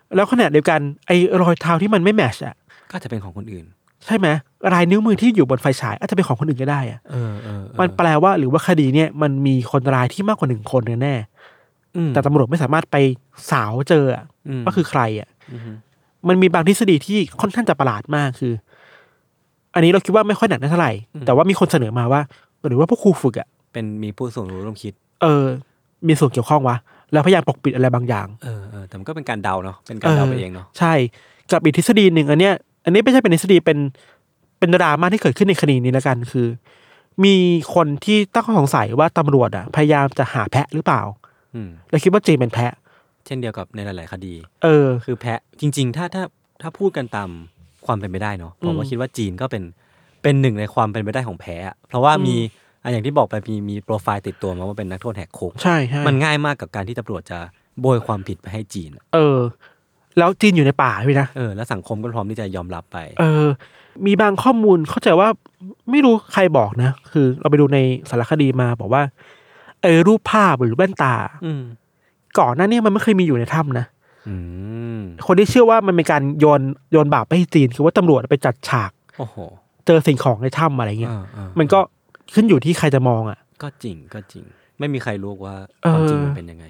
แล้วขณะเดียวกันไอ้รอยเท้าที่มันไม่แมทช์อ่ะก็จะเป็นของคนอื่นใช่ไหมลายนิ้วมือที่อยู่บนไฟฉายอาจจะเป็นของคนอื่นก็ได้อ่ะมันแปลว่าหรือว่าคดีเนี่ยมันมีคนร้ายที่มากกว่า1 คนแน่แต่ตำรวจไม่สามารถไปสาวเจอว่าคือใครอ่ะมันมีบางทฤษฎีที่ค่อนข้างจะประหลาดมากคืออันนี้เราคิดว่าไม่ค่อยหนักเท่าไหร่แต่ว่ามีคนเสนอมาว่าหรือว่าพวกครูฝึกอ่ะเป็นมีผู้ส่วนรู้ร่วมคิดมีส่วนเกี่ยวข้องวะแล้วพยายามปกปิดอะไรบางอย่างแต่มันก็เป็นการเดาเนาะเป็นการเดาไปเองเนาะใช่กับอีกทฤษฎีหนึ่งอันนี้ไม่ใช่เป็นทฤษฎีเป็นดราม่าที่เกิดขึ้นในคดีนี้แล้วกันคือมีคนที่ตั้งข้อสงสัยว่าตำรวจอ่ะพยายามจะหาแพะหรือเปล่าแล้วคิดว่าจีนเป็นแพะเช่นเดียวกับในหลายๆคดีคือแพะจริงๆถ้าพูดกันตามความเป็นไปได้เนาะผมว่าคิดว่าจีนก็เป็นหนึ่งในความเป็นไปได้ของแพะเพราะว่ามีอย่างที่บอกไปมีโปรไฟล์ติดตัวมาว่าเป็นนักโทษแหกคุกใช่มันง่ายมากกับการที่ตำรวจจะโบยความผิดไปให้จีนแล้วจีนอยู่ในป่าด้วยนะแล้วสังคมก็พร้อมที่จะยอมรับไปมีบางข้อมูลเข้าใจว่าไม่รู้ใครบอกนะคือเราไปดูในสารคดีมาบอกว่ารูปภาพหรือแว่นตาก่อนหน้านี้มันไม่เคยมีอยู่ในถ้ำนะคนที่เชื่อว่ามันเป็นการโยนบาปไปให้จีนคือว่าตำรวจไปจัดฉากเจอสิ่งของในถ้ำอะไรเงี้ยมันก็ขึ้นอยู่ที่ใครจะมองอ่ะก็จริงไม่มีใครรู้ว่าความจริงมันเป็นยังไง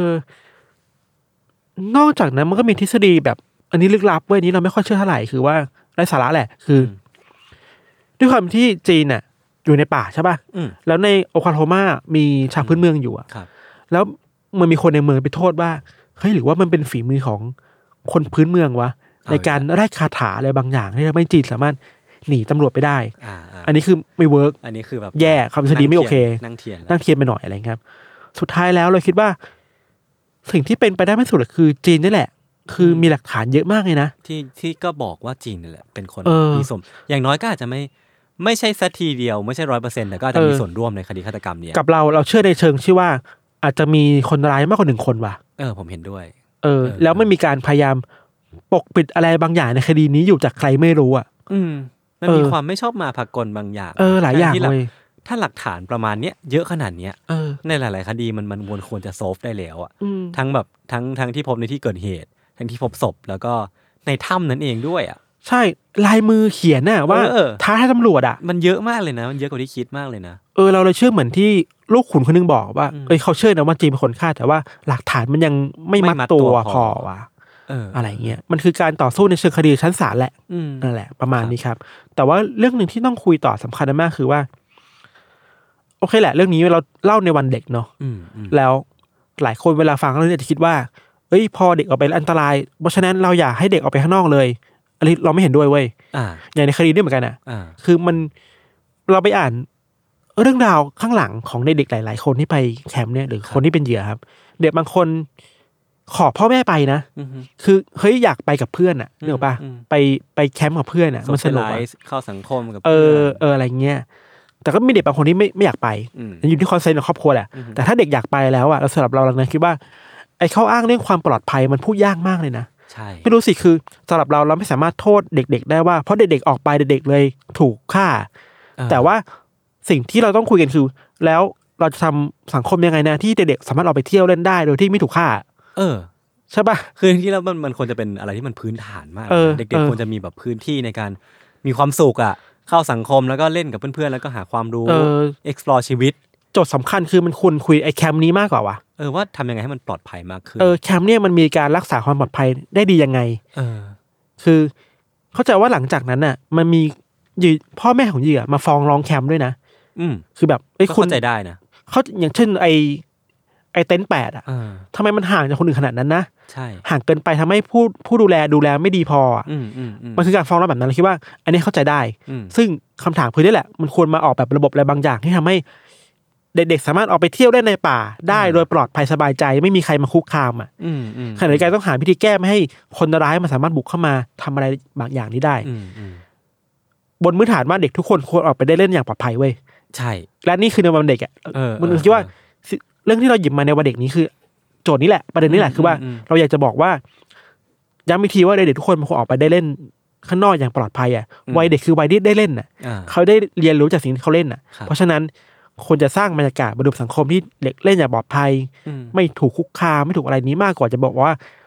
นอกจากนั้นมันก็มีทฤษฎีแบบอันนี้ลึกลับเว้ยนี้เราไม่ค่อยเชื่อเท่าไหร่คือว่าไร้สาระแหละคือด้วยความที่จีนน่ะอยู่ในป่าใช่ป่ะแล้วในโอคลาโฮมามีชาวพื้นเมืองอยู่อ่ะแล้วมันมีคนในเมืองไปโทษว่าเฮ้ยหรือว่ามันเป็นฝีมือของคนพื้นเมืองวะในการไล่คาถาอะไรบางอย่างที่ทำให้จีนสามารถหนีตำรวจไปได้อันนี้คือไม่เวิร์กอันนี้คือแบบแย่คำทฤษฎีไม่โอเคนั่งเทียนไปหน่อยอะไรครับสุดท้ายแล้วเราคิดว่าสิ่งที่เป็นไปได้ไม่สุดคือจีนนี่แหละคือมีหลักฐานเยอะมากเลยนะที่ก็บอกว่าจีนนี่แหละเป็นคนมีส่วนอย่างน้อยก็อาจจะไม่ใช่สักทีเดียวไม่ใช่ 100% แต่ก็อาจจะมีส่วนร่วมในคดีฆาตกรรมนี้กับเราเชื่อในเชิงที่ว่าอาจจะมีคนร้ายมากกว่า1 คนว่ะผมเห็นด้วยแล้วไม่มีการพยายามปกปิดอะไรบางอย่างในคดีนี้อยู่จากใครไม่รู้อ่ะมันมีความไม่ชอบมาพากลบางอย่างหลายอย่างเลยถ้าหลักฐานประมาณเนี้ยเยอะขนาดเนี้ยในหลายๆคดีมันควรจะโซฟได้แล้วอ่ะทั้งแบบทั้งที่พบในที่เกิดเหตุทั้งที่พบศพแล้วก็ในถ้ำนั้นเองด้วยอ่ะใช่ลายมือเขียนน่ะว่าท้าให้ตำรวจอ่ะมันเยอะมากเลยนะมันเยอะกว่าที่คิดมากเลยนะเราเลยเชื่อเหมือนที่ลูกขุนคนนึงบอกว่าเขาเชื่อนะว่าจีนเป็นคนฆ่าแต่ว่าหลักฐานมันยังไม่มัดตัวพอว่ะอะไรเงี้ยมันคือการต่อสู้ในเชิงคดีชั้นศาลแหละนั่นแหละประมาณนี้ครับแต่ว่าเรื่องนึงที่ต้องคุยต่อสำคัญมากคือว่าโอเคแหละเรื่องนี้เราเล่าในวันเด็กเนาะแล้วหลายคนเวลาฟังเรื่องนี้จะคิดว่าพอเด็กออกไปอันตรายเพราะฉะนั้นเราอย่าให้เด็กออกไปข้างนอกเลยอันนี้เราไม่เห็นด้วยเว้ยอย่างในคดีนี้เหมือนกันคือมันเราไปอ่านเรื่องราวข้างหลังของเด็กหลายๆคนที่ไปแคมป์เนี่ยหรือคนที่เป็นเหยื่อครับเด็กบางคนขอพ่อแม่ไปนะคือเฮ้ยอยากไปกับเพื่อนอ่ะนึกออกป่ะไปแคมป์กับเพื่อนอ่ะมันสนุกเข้าสังคมกับเพื่อนอะไรเงี้ยแต่ก็มีเด็กบางคนที่ไม่อยากไปอยู่ที่คอนเซนต์ของครอบครัวแหละแต่ถ้าเด็กอยากไปแล้วอ่ะเราสำหรับเราคิดว่าไอ้ข้ออ้างเรื่องความปลอดภัยมันพูดยากมากเลยนะใช่ไม่รู้สิคือสำหรับเราไม่สามารถโทษเด็กๆได้ว่าเพราะเด็กๆออกไปเด็กๆเลยถูกฆ่าแต่ว่าสิ่งที่เราต้องคุยกันคือแล้วเราจะทำสังคมยังไงนะที่เด็กๆสามารถออกไปเที่ยวเล่นได้โดยที่ไม่ถูกฆ่าใช่ป่ะคือที่แล้วมันควรจะเป็นอะไรที่มันพื้นฐานมากเด็กๆควรจะมีแบบพื้นที่ในการมีความสุขอ่ะเข้าสังคมแล้วก็เล่นกับเพื่อนๆแล้วก็หาความรู้explore ชีวิตโจทย์สำคัญคือมันควรคุยไอ้แคมป์นี้มากกว่าว่ะว่าทำยังไงให้มันปลอดภัยมากขึ้นแคมป์เนี่ยมันมีการรักษาความปลอดภัยได้ดียังไงคือเข้าใจว่าหลังจากนั้นน่ะมันมีพ่อแม่ของเหยื่อมาฟ้องร้องแคมป์ด้วยนะคือแบบคุณเข้าใจได้นะเขาอย่างเช่นไอ้เต็นท์8อ่ะทำไมมันห่างจากคนอื่นขนาดนั้นนะใช่ห่างเกินไปทำให้ผู้ดูแลไม่ดีพอมันคือการฟ้องร้องแบบนั้นเราคิดว่าอันนี้เข้าใจได้ซึ่งคำถามคือนี่แหละมันควรมาออกแบบระบบอะไรบางอย่างที่ทำให้เด็กๆสามารถออกไปเที่ยวได้ในป่าได้โดยปลอดภัยสบายใจไม่มีใครมาคุกคามอ่ะขณะเดียวกันต้องหาวิธีแก้ไม่ให้คนร้ายมันสามารถบุกเข้ามาทำอะไรบางอย่างนี้ได้บนพื้นฐานว่าเด็กทุกคนควรออกไปได้เล่นอย่างปลอดภัยเว้ยใช่และนี่คือในวันเด็กอ่ะมันคิดว่าเรื่องที่เราหยิบมาในวันเด็กนี้คือโจทย์นี้แหละประเด็นนี้แหละคือว่าเราอยากจะบอกว่าย้ำอีกทีว่าเด็กทุกคนควรออกไปได้เล่นข้างนอกอย่างปลอดภัยอ่ะวัยเด็กคือวัยที่ได้เล่นน่ะเขาได้เรียนรู้จากสิ่งที่เขาเล่นน่ะเพราะฉะนั้นควรจะสร้างบรรยากาศบนสังคมที่เด็กเล่นอย่างปลอดภัยไม่ถูกคุกคามไม่ถูกอะไรนี้มากกว่าจะบอกว่า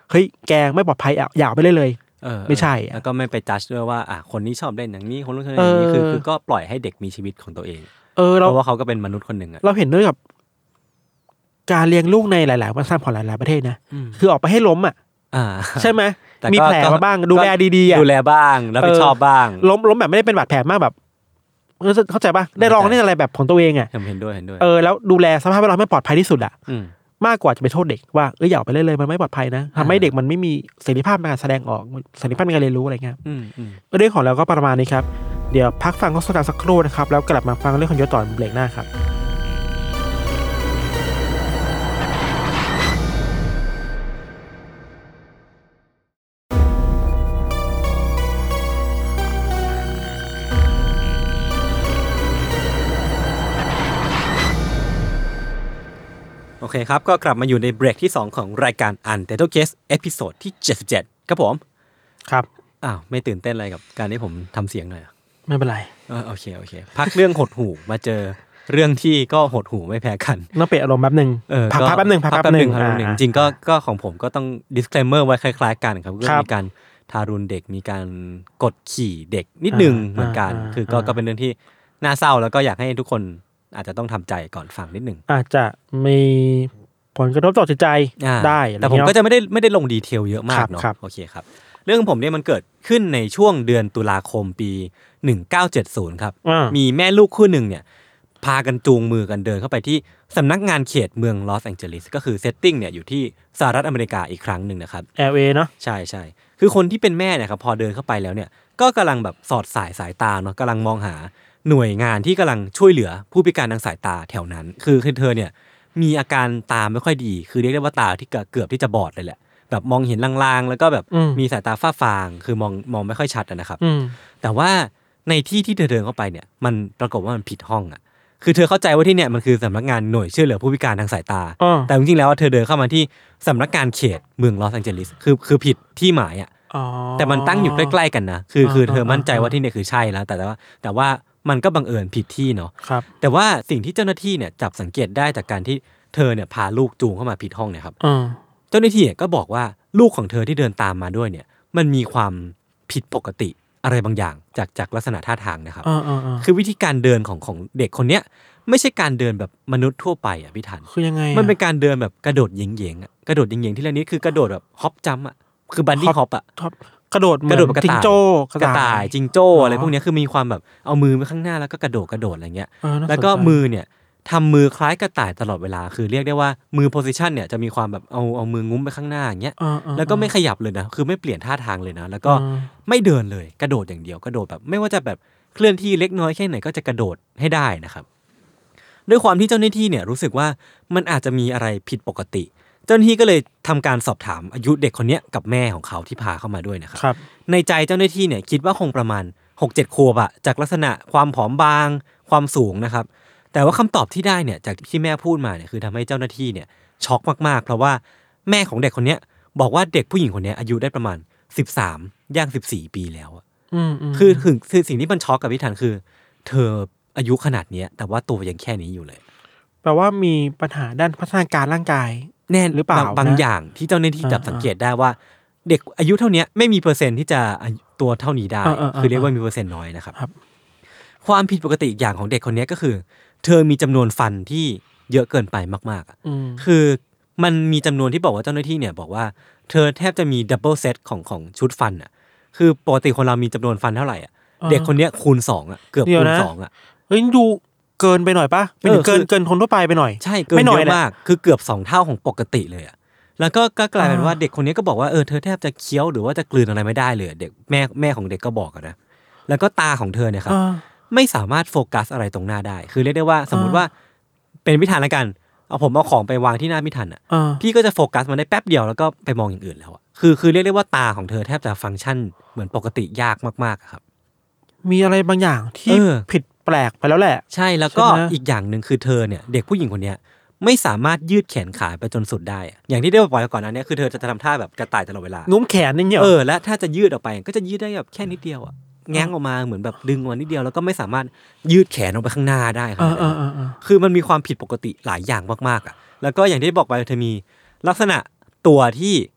เฮ้ยแกไม่ปลอดภัยอย่าไปเลยไม่ใช่แล้วก็ไม่ไปจัดด้วยว่าคนนี้ชอบเล่นอย่างนี้คนนู้นชอบเล่นอย่างนี้คือก็ปล่อยให้เด็กมีชีวิตของตัวเองเพราะว่าเขาก็เป็นมนุษย์คนหนึ่งเราเห็นด้วยกับการเลี้ยงลูกในหลายๆวัฒนธรรมของหลายๆประเทศนะคือออกไปให้ล้มใช่ไหมมีแผลมาบ้างดูแลดีๆดูแลบ้างรับผิดชอบบ้างล้มแบบไม่ได้เป็นบาดแผลมากแบบเข้าใจป่ะได้ลองได้อะไรแบบของตัวเองเห็นด้วยแล้วดูแลสภาพแวดล้อมให้ปลอดภัยที่สุดมากกว่าจะไปโทษเด็กว่าอย่าไปเลยมันไม่ปลอดภัยนะทำให้เด็กมันไม่มีเสรีภาพในการแสดงออกเสรีภาพในการเรียนรู้อะไรเงี้ยเรื่องของเราก็ประมาณนี้ครับเดี๋ยวพักฟังโฆษณาสักครู่นะครับแล้วกลับมาฟังเรื่องของยศต่อเบรกหน้าครับโอเคครับก็กลับมาอยู่ในเบรกที่2ของรายการ Untitled Case เอพิโซดที่77ครับผมครับไม่ตื่นเต้นอะไรกับการที่ผมทำเสียงหน่อยไม่เป็นไรโอเคพักเรื่องหดหู่มาเจอเรื่องที่ก็หดหู่ไม่แพ้กันต้องเปลี่ยนอารมณ์แป๊บนึงพักแป๊บนึงจริงก็ของผมก็ต้อง disclaimer ไว้คล้ายๆกันครับก็มีการทารุณเด็กมีการกดขี่เด็กนิดนึงเหมือนกันคือก็เป็นเรื่องที่น่าเศร้าแล้วก็อยากให้ทุกคนอาจจะต้องทำใจก่อนฟังนิดนึงอาจจะมีผลกระทบต่อจิตใจได้แต่ผมก็จะไม่ได้ลงดีเทลเยอะมากเนาะโอเคครับเรื่องผมเนี่ยมันเกิดขึ้นในช่วงเดือนตุลาคมปี1970ครับมีแม่ลูกคู่หนึ่งเนี่ยพากันจูงมือกันเดินเข้าไปที่สำนักงานเขตเมืองลอสแองเจลิสก็คือเซตติ้งเนี่ยอยู่ที่สหรัฐอเมริกาอีกครั้งนึงนะครับ LA เนาะใช่ๆคือคนที่เป็นแม่เนี่ยครับพอเดินเข้าไปแล้วเนี่ยก็กำลังแบบสอดสายตาเนาะกำลังมองหาหน่วยงานที่กำลังช่วยเหลือผู้พิการทางสายตาแถวนั้นคือเธอเนี่ยมีอาการตาไม่ค่อยดีคือเรียกได้ว่าตาที่เกือบที่จะบอดเลยแหละแบบมองเห็นลางๆแล้วก็แบบมีสายตาฝ้าฟางคือมองไม่ค่อยชัดนะครับแต่ว่าในที่เธอเดินเข้าไปเนี่ยมันปรากฏว่ามันผิดห้องคือเธอเข้าใจว่าที่เนี่ยมันคือสำนักงานหน่วยช่วยเหลือผู้พิการทางสายตาแต่จริงๆแล้วเธอเดินเข้ามาที่สำนักงานเขตเมืองลอสแองเจลิสคือผิดที่หมายแต่มันตั้งอยู่ใกล้ๆกันนะคือเธอมั่นใจว่าที่เนี่ยคือใช่แล้วแต่ว่ามันก็บังเอิญผิดที่เนาะแต่ว่าสิ่งที่เจ้าหน้าที่เนี่ยจับสังเกตได้จากการที่เธอเนี่ยพาลูกจูงเข้ามาผิดห้องเนี่ยครับเจ้าหน้าที่ก็บอกว่าลูกของเธอที่เดินตามมาด้วยเนี่ยมันมีความผิดปกติอะไรบางอย่างจากลักษณะท่าทางนะครับคือวิธีการเดินของเด็กคนเนี้ยไม่ใช่การเดินแบบมนุษย์ทั่วไปพี่ทันคือยังไงมันเป็นการเดินแบบกระโดดเหย่งๆกระโดดเหย่งๆที่เรื่องนี้คือกระโดดแบบฮอปจัมป์คือบันดี้ฮอปกระโดดแบบจิงโจ้กระต่ายจิงโจ้อะไรพวกนี้คือมีความแบบเอามือไปข้างหน้าแล้วก็กระโดดอะไรเงี้ยแล้วก็มือเนี่ยทำมือคล้ายกระต่ายตลอดเวลาคือเรียกได้ว่ามือโพสิชันเนี่ยจะมีความแบบเอามืองุ้มไปข้างหน้าอย่างเงี้ยแล้วก็ไม่ขยับเลยนะคือไม่เปลี่ยนท่าทางเลยนะแล้วก็ไม่เดินเลยกระโดดอย่างเดียวกระโดดแบบไม่ว่าจะแบบเคลื่อนที่เล็กน้อยแค่ไหนก็จะกระโดดให้ได้นะครับด้วยความที่เจ้าหน้าที่เนี่ยรู้สึกว่ามันอาจจะมีอะไรผิดปกติเจ้าหน้าที่ก็เลยทำการสอบถามอายุเด็กคนนี้กับแม่ของเขาที่พาเข้ามาด้วยนะครับในใจเจ้าหน้าที่เนี่ยคิดว่าคงประมาณ 6-7 ขวบจากลักษณะความผอมบางความสูงนะครับแต่ว่าคำตอบที่ได้เนี่ยจากที่แม่พูดมาเนี่ยคือทำให้เจ้าหน้าที่เนี่ยช็อกมากๆเพราะว่าแม่ของเด็กคนนี้บอกว่าเด็กผู้หญิงคนนี้อายุได้ประมาณ13ย่าง14ปีแล้วคือสิ่งที่มันช็อกกับพี่ทันคือเธออายุขนาดนี้แต่ว่าตัวยังแค่นี้อยู่เลยแปลว่ามีปัญหาด้านพัฒนาการร่างกายแน่หรือเปล่าบางอย่างที่เจ้าหน้าที่จับสังเกตได้ว่าเด็กอายุเท่านี้ไม่มีเปอร์เซ็นต์ที่จะตัวเท่านี้ได้คือเรียกว่ามีเปอร์เซ็นต์น้อยนะครับความผิดปกติอย่างของเด็กคนนี้ก็คือเธอมีจำนวนฟันที่เยอะเกินไปมากๆคือมันมีจำนวนที่บอกว่าเจ้าหน้าที่เนี่ยบอกว่าเธอแทบจะมีดับเบิลเซตของชุดฟันคือปกติคนเรามีจำนวนฟันเท่าไหร่เด็กคนนี้คูณ2เกือบคูณ2 เฮ้ยดูเกินไปหน่อยป่ะไม่ถึงเกินคนทั่วไปไปหน่อยใช่เกินเยอะมากคือเกือบ2เท่าของปกติเลยแล้วก็กลายเป็นว่าเด็กคนนี้ก็บอกว่าเธอแทบจะเคี้ยวหรือว่าจะกลืนอะไรไม่ได้เลยเด็กแม่ของเด็กก็บอกนะแล้วก็ตาของเธอเนี่ยครับไม่สามารถโฟกัสอะไรตรงหน้าได้คือเรียกได้ว่าสมมติว่าเป็นพิธานละกันผมเอาของไปวางที่หน้าพิธานพี่ก็จะโฟกัสมันได้แป๊บเดียวแล้วก็ไปมองอย่างอื่นแล้วคือเรียกได้ว่าตาของเธอแทบจะฟังก์ชันเหมือนปกติยากมากๆครับมีอะไรบางอย่างที่ผิดแปลกไปแล้วแหละใช่แล้วก็อีกอย่างนึงคือเธอเนี่ยเด็กผู้หญิงคนนี้ไม่สามารถยืดแขนขาไปจนสุดได้อย่างที่ได้บอกไปก่อนนั้นเนี่ยคือเธอจะทำท่าแบบกระต่ายตลอดเวลางุ้มแขนนี่และถ้าจะยืดออกไปก็จะยืดได้แบบแค่นิดเดียวแง้งออกมาเหมือนแบบดึงออกมานิดเดียวแล้วก็ไม่สามารถยืดแขนออกไปข้างหน้าได้ครับคือมันมีความผิดปกติหลายอย่างมากๆแล้วก็อย่างที่บอกไปเธอมีลักษณะตัวที่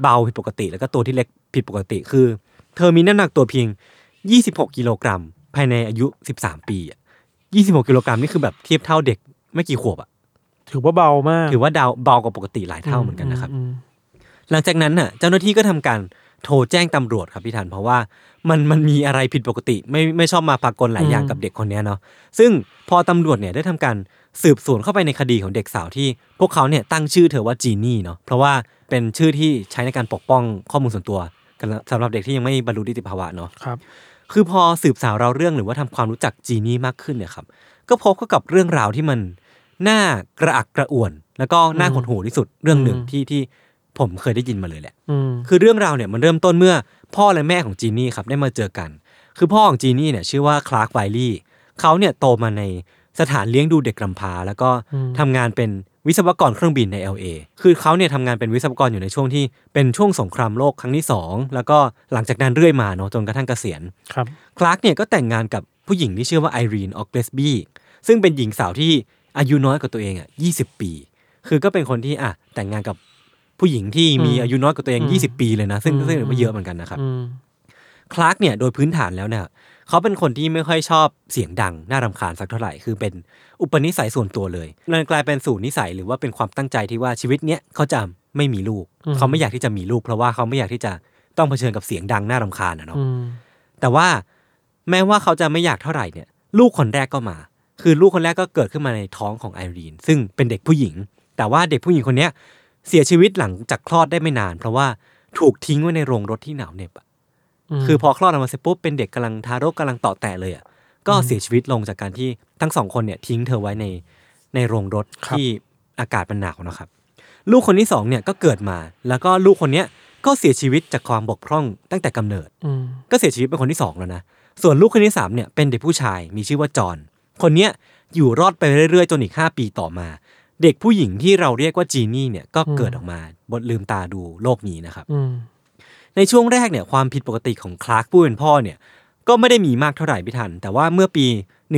เบาผิดปกติแล้วก็ตัวที่เล็กผิดปกติคือเธอมีน้ำหนักตัวเพียง26กิโลกรัมภายในอายุ13ปีอ่ะ26กิโลกรัมนี่คือแบบเทียบเท่าเด็กไม่กี่ขวบอ่ะถือว่าเบามากถือว่าเบากว่าปกติหลายเท่าเหมือนกันนะครับหลังจากนั้นน่ะเจ้าหน้าที่ก็ทำการโทรแจ้งตำรวจครับพี่ทันเพราะว่ามันมีอะไรผิดปกติไม่ชอบมาพากลหลายอย่างกับเด็กคนนี้เนาะซึ่งพอตำรวจเนี่ยได้ทำการสืบสวนเข้าไปในคดีของเด็กสาวที่พวกเขาเนี่ยตั้งชื่อเธอว่าจีนี่เนาะเพราะว่าเป็นชื่อที่ใช้ในการปกป้องข้อมูลส่วนตัวสำหรับเด็กที่ยังไม่บรรลุนิติภาวะเนาะครับคือพอสืบสาวเราเรื่องหรือว่าทำความรู้จักจีนี่มากขึ้นเนี่ยครับก็พบกับเรื่องราวที่มันน่ากระอักกระอ่วนแล้วก็น่าหดหู่ที่สุดเรื่องหนึ่งที่ผมเคยได้ยินมาเลยแหละคือเรื่องราวเนี่ยมันเริ่มต้นเมื่อพ่อและแม่ของจีนี่ครับได้มาเจอกันคือพ่อของจีนี่เนี่ยชื่อว่าคลาร์กไวลี่เขาเนี่ยโตมาในสถานเลี้ยงดูเด็กกำพร้าแล้วก็ทำงานเป็นวิศวกรเครื่องบินใน LA คือเขาเนี่ยทำงานเป็นวิศวกรอยู่ในช่วงที่เป็นช่วงสงครามโลกครั้งที่2แล้วก็หลังจากนั้นเรื่อยมาเนาะจนกระทั่งเกษียณครับคลาร์กเนี่ยก็แต่งงานกับผู้หญิงที่ชื่อว่าไอรีนออกเกรสบี้ซึ่งเป็นหญิงสาวที่อายุน้อยกว่าตัวเอง20ปีคือก็เป็นคนที่แต่งงานกับผู้หญิงที่มีอายุน้อยกว่าตัวเอง20ปีเลยนะซึ่งถือว่าเยอะเหมือนกันนะครับคลาร์กเนี่ยโดยพื้นฐานแล้วเนี่ยเขาเป็นคนที่ไม่ค่อยชอบเสียงดังน่ารำคาญสักเท่าไหร่คือเป็นอุปนิสัยส่วนตัวเลยมันกลายเป็นสู่นิสัยหรือว่าเป็นความตั้งใจที่ว่าชีวิตเนี้ยเขาจะไม่มีลูกเขาไม่อยากที่จะมีลูกเพราะว่าเขาไม่อยากที่จะต้องเผชิญกับเสียงดังน่ารำคาญเนาะแต่ว่าแม้ว่าเขาจะไม่อยากเท่าไหร่เนี่ยลูกคนแรกก็มาคือลูกคนแรกก็เกิดขึ้นมาในท้องของไอรีนซึ่งเป็นเด็กผู้หญิงแต่ว่าเด็กผู้หญิงคนนี้เสียชีวิตหลังจากคลอดได้ไม่นานเพราะว่าถูกทิ้งไว้ในโรงรถที่หนาวเหน็บคือพอคลอดออกมาเสร็จปุ๊บเป็นเด็กกำลังทารกกำลังต่อแตะเลยก็เสียชีวิตลงจากการที่ทั้ง2คนเนี่ยทิ้งเธอไว้ในโรงรถที่อากาศมันหนาวนะครับลูกคนที่2เนี่ยก็เกิดมาแล้วก็ลูกคนนี้ก็เสียชีวิตจากความบกพร่องตั้งแต่กำเนิดก็เสียชีวิตเป็นคนที่2แล้วนะส่วนลูกคนที่3เนี่ยเป็นเด็กผู้ชายมีชื่อว่าจอห์นคนเนี้ยอยู่รอดไปเรื่อยๆจนอีก5ปีต่อมาเด็กผู้หญิงที่เราเรียกว่าจีนี่เนี่ยก็เกิดออกมาบดลืมตาดูโลกนี้นะครับในช่วงแรกเนี่ยความผิดปกติของคลาร์กผู้เป็นพ่อเนี่ยก็ไม่ได้มีมากเท่าไหร่พี่ทันแต่ว่าเมื่อปี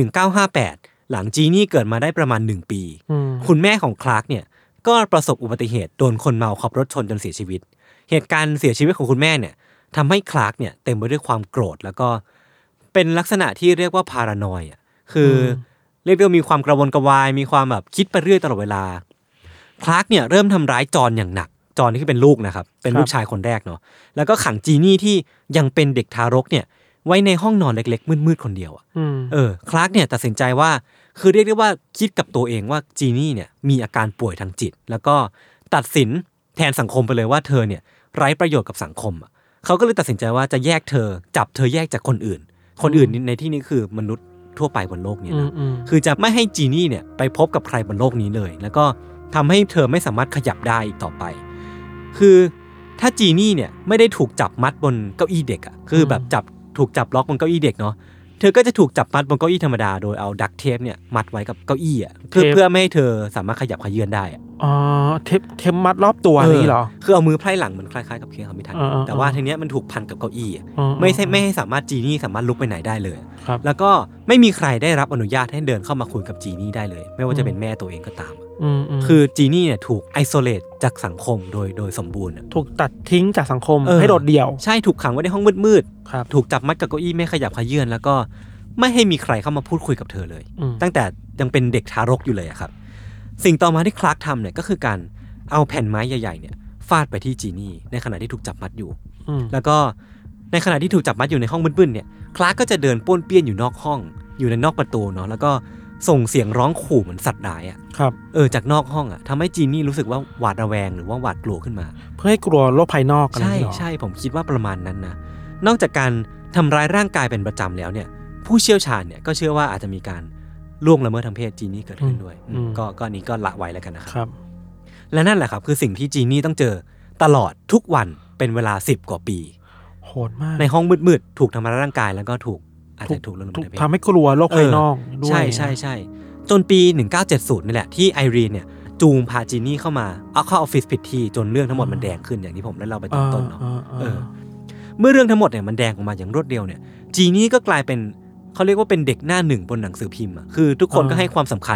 1958หลังจีนี่เกิดมาได้ประมาณ1ปีคุณแม่ของคลาร์กเนี่ยก็ประสบอุบัติเหตุโดนคนเมาขับรถชนจนเสียชีวิตเหตุการณ์เสียชีวิตของคุณแม่เนี่ยทำให้คลาร์กเนี่ยเต็มไปด้วยความโกรธแล้วก็เป็นลักษณะที่เรียกว่าพารานอยด์คือเรียกว่ามีความกระวนกระวายมีความแบบคิดไปเรื่อยตลอดเวลาคลาร์กเนี่ยเริ่มทำร้ายจอห์นอย่างหนักจอห์นนี่คือเป็นลูกนะครับเป็นลูกชายคนแรกเนาะแล้วก็ขังจีนี่ที่ยังเป็นเด็กทารกเนี่ยไว้ในห้องนอนเล็กๆมืดๆคนเดียวคลาร์กเนี่ยตัดสินใจว่าคือเรียกได้ว่าคิดกับตัวเองว่าจีนี่เนี่ยมีอาการป่วยทางจิตแล้วก็ตัดสินแทนสังคมไปเลยว่าเธอเนี่ยไร้ประโยชน์กับสังคมเขาก็เลยตัดสินใจว่าจะแยกเธอจับเธอแยกจากคนอื่นในที่นี้คือมนุษย์ทั่วไปบนโลกนี้นะคือจะไม่ให้จีนี่เนี่ยไปพบกับใครบนโลกนี้เลยแล้วก็ทำให้เธอไม่สามารถขยับได้อีกต่อไปคือถ้าจีนี่เนี่ยไม่ได้ถูกจับมัดบนเก้าอี้เด็กคือแบบถูกจับล็อกบนเก้าอี้เด็กเนาะเธอก็จะถูกจับมัดบนเก้าอี้ธรรมดาโดยเอาดักเทปเนี่ยมัดไว้กับเก้าอี้เพื่อไม่ให้เธอสามารถขยับขยื่นได้เทปมัดรอบตัวนี่เหรอคือเอามือไพร่หลังเหมือนคล้ายๆกับเครื่องคอมพิวเตอร์แต่ว่าทีเนี้ยมันถูกพันกับเก้าอี้ไม่ให้สามารถจีนี่สามารถลุกไปไหนได้เลยแล้วก็ไม่มีใครได้รับอนุญาตให้เดินเข้ามาคุยกับจีนี่ได้เลยไม่ว่าจะเป็นแม่ตัวเองก็ตามคือจีนี่เนี่ยถูกไอโซเลตจากสังคมโดยสมบูรณ์ถูกตัดทิ้งจากสังคมให้โดดเดี่ยวใช่ถูกขังไว้ในห้องมืดๆถูกจับมัดกับเก้าอี้ไม่ขยับขยื่นแล้วก็ไม่ให้มีใครเข้ามาพูดคุยกับเธอเลยตั้งแต่ยังเป็นเด็กทารกอยู่เลยครับสิ่งต่อมาที่คลาร์กทำเนี่ยก็คือการเอาแผ่นไม้ใหญ่ๆเนี่ยฟาดไปที่จีนี่ในขณะที่ถูกจับมัดอยู่แล้วก็ในขณะที่ถูกจับมัดอยู่ในห้องมืดๆเนี่ยคลาร์กก็จะเดินป้วนเปี้ยนอยู่นอกห้องอยู่ในนอกประตูเนาะแล้วก็ส่งเสียงร้องขู่เหมือนสัตว์ร้ายครับจากนอกห้องทำให้จีนี่รู้สึกว่าหวาดระแวงหรือว่าหวาดกลัวขึ้นมาเพื่อให้กลัวโลกภายนอกกันใช่ผมคิดว่าประมาณนั้นนะนอกจากการทำร้ายร่างกายเป็นประจำแล้วเนี่ยผู้เชี่ยวชาญเนี่ยก็เชื่อว่าอาจจะมีการล่วงละเมิดทางเพศจีนี่เกิดขึ้นด้วยก็นี้ก็ละไว้แล้วกันนะครับและนั่นแหละครับคือสิ่งที่จีนี่ต้องเจอตลอดทุกวันเป็นเวลา10 กว่าปีโหดมากในห้องมืดๆถูกทำร้ายร่างกายแล้วก็อาจจะถูกละเมิดทางเพศทำให้กลัวโลกภายนอกด้วยใช่จนปี1970นี่แหละที่ไอรีนเนี่ยจูงพาจีนี่เข้าออฟฟิศผิดที่จนเรื่องทั้งหมดมันแดงขึ้นอย่างที่ผมได้เล่าไปตอนต้นเนาะเมื่อเรื่องทั้งหมดเนี่ยมันแดงออกมาอย่างรวดเร็วเนี่ยจีนี่ก็กลายเป็นเขาเรียกว่าเป็นเด็กหน้าหนึ่งบนหนังสือพิมพ์คือทุกคนก็ให้ความสำคัญเนาะ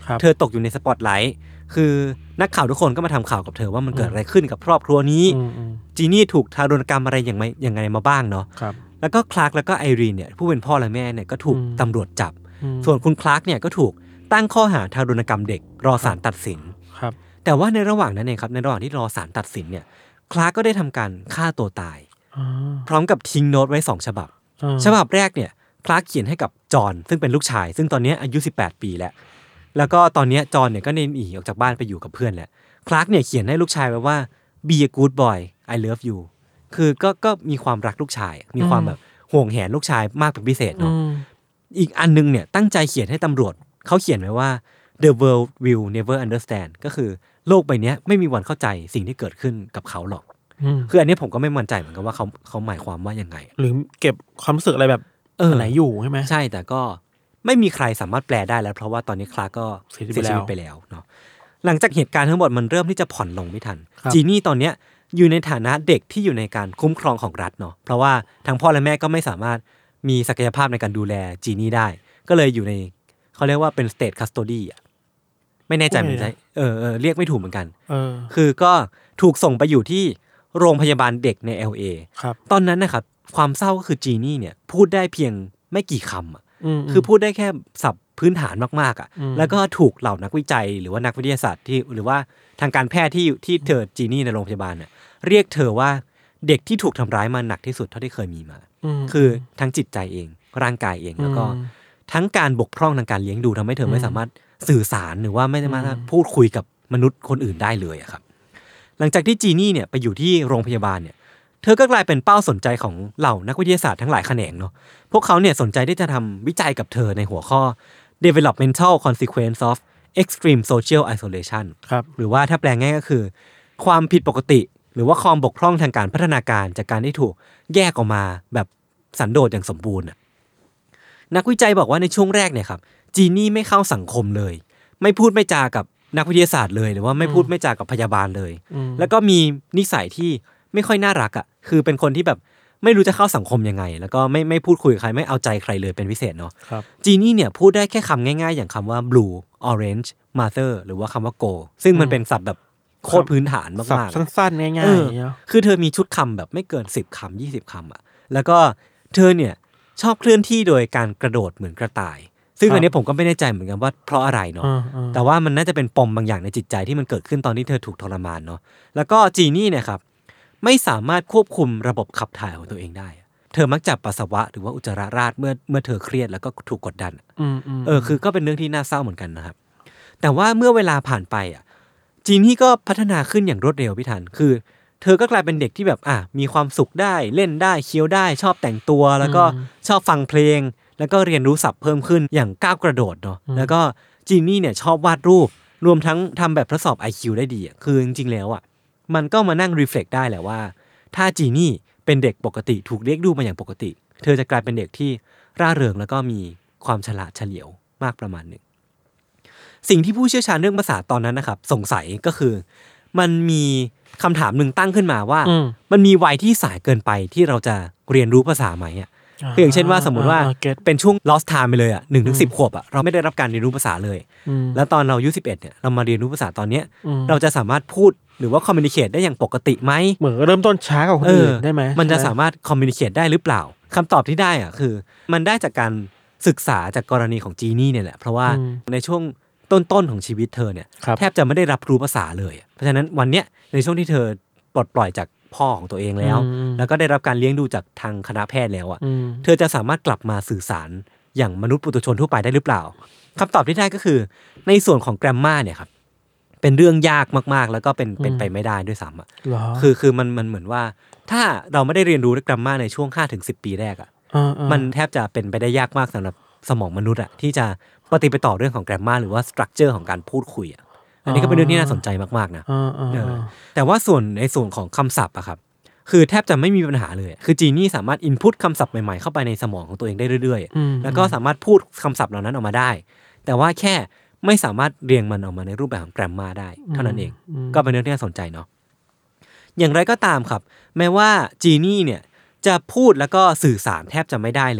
เธอตกอยู่ในสปอตไลท์คือนักข่าวทุกคนก็มาทำข่าวกับเธอว่ามันเกิดอะไรขึ้นกับครอบครัวนี้จีนี่ถูกทารุณกรรมอะไรอย่างไงมาบ้างเนาะแล้วก็คลาร์กแล้วก็ไอรีนเนี่ยผู้เป็นพ่อและแม่เนี่ยก็ถูกตำรวจจับส่วนคุณคลาร์กเนี่ยก็ถูกตั้งข้อหาทารุณกรรมเด็กรอศาลตัดสินแต่ว่าในระหว่างนั้นเองครับในระหว่างที่รอศาลตัดสินเนี่ยคลาร์กก็ได้ทำการฆ่าตัวตายพร้อมกับทิ้งโน้ตไว้2ฉบับฉบับแรกเนี่ยคลาร์กเขียนให้กับจอห์นซึ่งเป็นลูกชายซึ่งตอนนี้อายุ18ปีแล้วก็ตอนนี้จอห์นเนี่ยก็หนีออกจากบ้านไปอยู่กับเพื่อนแล้วคลาร์กเนี่ยเขียนให้ลูกชายไว้ว่า be a good boy I love you คือก็มีความรักลูกชายมีความแบบห่วงแหนลูกชายมากเป็นพิเศษเนาะอีกอันนึงเนี่ยตั้งใจเขียนให้ตำรวจเขาเขียนไว้ว่า the world will never understand ก็คือโลกใบนี้ไม่มีวันเข้าใจสิ่งที่เกิดขึ้นกับเขาหรอกคืออันนี้ผมก็ไม่มั่นใจเหมือนกันว่าเขาหมายความว่ายังไงหรือเก็บความรู้สึกอะไรแบบไหนอยู่ใช่ไหมใช่แต่ก็ไม่มีใครสามารถแปลได้แล้วเพราะว่าตอนนี้คลาร์กก็เสียชีวิตไปแล้วเนาะหลังจากเหตุการณ์ทั้งหมดมันเริ่มที่จะผ่อนลงไม่ทันจีนี่ตอนเนี้ยอยู่ในฐานะเด็กที่อยู่ในการคุ้มครองของรัฐเนาะเพราะว่าทั้งพ่อและแม่ก็ไม่สามารถมีศักยภาพในการดูแลจีนี่ได้ก็เลยอยู่ในเขาเรียกว่าเป็น state custody อ่ะไม่แน่ใจเหมือนกันเรียกไม่ถูกเหมือนกันคือก็ถูกส่งไปอยู่ที่โรงพยาบาลเด็กใน LA ตอนนั้นนะครับความเศร้าก็คือจีนี่เนี่ยพูดได้เพียงไม่กี่คำอ่ะคือพูดได้แค่ศัพท์พื้นฐานมากๆอ่ะแล้วก็ถูกเหล่านักวิจัยหรือว่านักวิทยาศาสตร์ที่หรือว่าทางการแพทย์ที่เธอจีนี่ในโรงพยาบาลเนี่ยเรียกเธอว่าเด็กที่ถูกทำร้ายมาหนักที่สุดเท่าที่เคยมีมาคือทั้งจิตใจเองร่างกายเองแล้วก็ทั้งการบกพร่องทางการเลี้ยงดูทำให้เธอไม่สามารถสื่อสารหรือว่าไม่สามารถพูดคุยกับมนุษย์คนอื่นได้เลยอะครับหลังจากที่จีนี่เนี่ยไปอยู่ที่โรงพยาบาลเนี่ยเธอก็กลายเป็นเป้าสนใจของเหล่านักวิทยาศาสตร์ทั้งหลายแขนงเนาะพวกเขาเนี่ยสนใจที่จะทำวิจัยกับเธอในหัวข้อ developmental consequence of extreme social isolation หรือว่าถ้าแปลง่ายก็คือความผิดปกติหรือว่าความบกพร่องทางการพัฒนาการจากการที่ถูกแยกออกมาแบบสันโดษอย่างสมบูรณ์นักวิจัยบอกว่าในช่วงแรกเนี่ยครับจีนี่ไม่เข้าสังคมเลยไม่พูดไม่จากับนักวิทยาศาสตร์เลยหรือว่าไม่พูดไม่จากับพยาบาลเลยแล้วก็มีนิสัยที่ไม่ค่อยน่ารักอ่ะคือเป็นคนที่แบบไม่รู้จะเข้าสังคมยังไงแล้วก็ไม่พูดคุยกับใครไม่เอาใจใครเลยเป็นพิเศษเนาะจีนี่เนี่ยพูดได้แค่คำง่ายๆอย่างคำว่า blue orange mother หรือว่าคำว่า go ซึ่งมันเป็นศัพท์แบบโคตรพื้นฐานมากๆสั้นๆง่ายๆคือเธอมีชุดคำแบบไม่เกิน10 คำ20 คำอ่ะแล้วก็เธอเนี่ยชอบเคลื่อนที่โดยการกระโดดเหมือนกระต่ายซึ่งอันนี้ผมก็ไม่แน่ใจเหมือนกันว่าเพราะอะไรเนาะแต่ว่ามันน่าจะเป็นปมบางอย่างในจิตใจที่มันเกิดขึ้นตอนที่เธอถูกทรมานเนาะแล้วก็จีนี่เนี่ยครับไม่สามารถควบคุมระบบขับถ่ายของตัวเองได้เธอมักจะปัสสาวะหรือว่าอุจจาระราดเมื่อเธอเครียดแล้วก็ถูกกดดันคือก็เป็นเรื่องที่น่าเศร้าเหมือนกันนะครับแต่ว่าเมื่อเวลาผ่านไปอ่ะจีนี่ก็พัฒนาขึ้นอย่างรวดเร็วพี่ทันคือเธอก็กลายเป็นเด็กที่แบบมีความสุขได้เล่นได้เคี้ยวได้ชอบแต่งตัวแล้วก็ชอบฟังเพลงแล้วก็เรียนรู้ศัพท์เพิ่มขึ้นอย่างก้าวกระโดดเนาะแล้วก็จีนี่เนี่ยชอบวาดรูปรวมทั้งทำแบบทดสอบ IQ ได้ดีคือจริงๆแล้วอ่ะมันก็มานั่งรีเฟล็กได้แหละว่าถ้าจีนี่เป็นเด็กปกติถูกเลี้ยงดูมาอย่างปกติเธอจะกลายเป็นเด็กที่ร่าเริงแล้วก็มีความฉลาดเฉลียวมากประมาณนึงสิ่งที่ผู้เชี่ยวชาญเรื่องภาษาตอนนั้นนะครับสงสัยก็คือมันมีคำถามหนึ่งตั้งขึ้นมาว่ามันมีวัยที่สายเกินไปที่เราจะเรียนรู้ภาษาไหมคืออย่างเช่นว่าสมมติว่าเป็นช่วง lost time ไปเลย1 ถึง 10 ขวบเราไม่ได้รับการเรียนรู้ภาษาเลยแล้วตอนเราอายุ11เนี่ยเรามาเรียนรู้ภาษาตอนเนี้ยเราจะสามารถพูดหรือว่า communicate ได้อย่างปกติไหมเหมือนเริ่มต้นช้ากว่าคนอื่นได้ไหมมันจะสามารถ communicate ได้หรือเปล่าคำตอบที่ได้คือมันได้จากการศึกษาจากกรณีของจีนี่เนี่ยแหละเพราะว่าในช่วงต้นๆของชีวิตเธอเนี่ยแทบจะไม่ได้รับรู้ภาษาเลยเพราะฉะนั้นวันเนี้ยในช่วงที่เธอปลดปล่อยจากพ่อของตัวเองแล้วก็ได้รับการเลี้ยงดูจากทางคณะแพทย์แล้วเธอจะสามารถกลับมาสื่อสารอย่างมนุษย์ปุถุชนทั่วไปได้หรือเปล่าคำตอบที่ได้ก็คือในส่วนของแกรมมาเนี่ยครับเป็นเรื่องยากมากๆแล้วก็เป็นไปไม่ได้ด้วยซ้ำคือมันเหมือนว่าถ้าเราไม่ได้เรียนรู้แกรมมาในช่วง 5-10 ปีแรกมันแทบจะเป็นไปได้ยากมากสำหรับสมองมนุษย์ที่จะปฏิไปต่อเรื่องของแกรมมาหรือว่าสตรัคเจอร์ของการพูดคุยอันนี้ก็เป็นเรื่องที่น่าสนใจมากๆนะแต่ว่าในส่วนของคำศัพท์ครับคือแทบจะไม่มีปัญหาเลยคือจีนี่สามารถอินพุตคำศัพท์ใหม่ๆเข้าไปในสมองของตัวเองได้เรื่อยๆแล้วก็สามารถพูดคำศัพท์เหล่านั้นออกมาได้แต่ว่าแค่ไม่สามารถเรียงมันออกมาในรูปแบบของแกรมมาได้เท่านั้นเองก็เป็นเรื่องที่น่าสนใจเนาะอย่างไรก็ตามครับแม้ว่าจีนี่เนี่ยจะพูดแล้วก็สื่อสารแทบจะไม่ได้เลย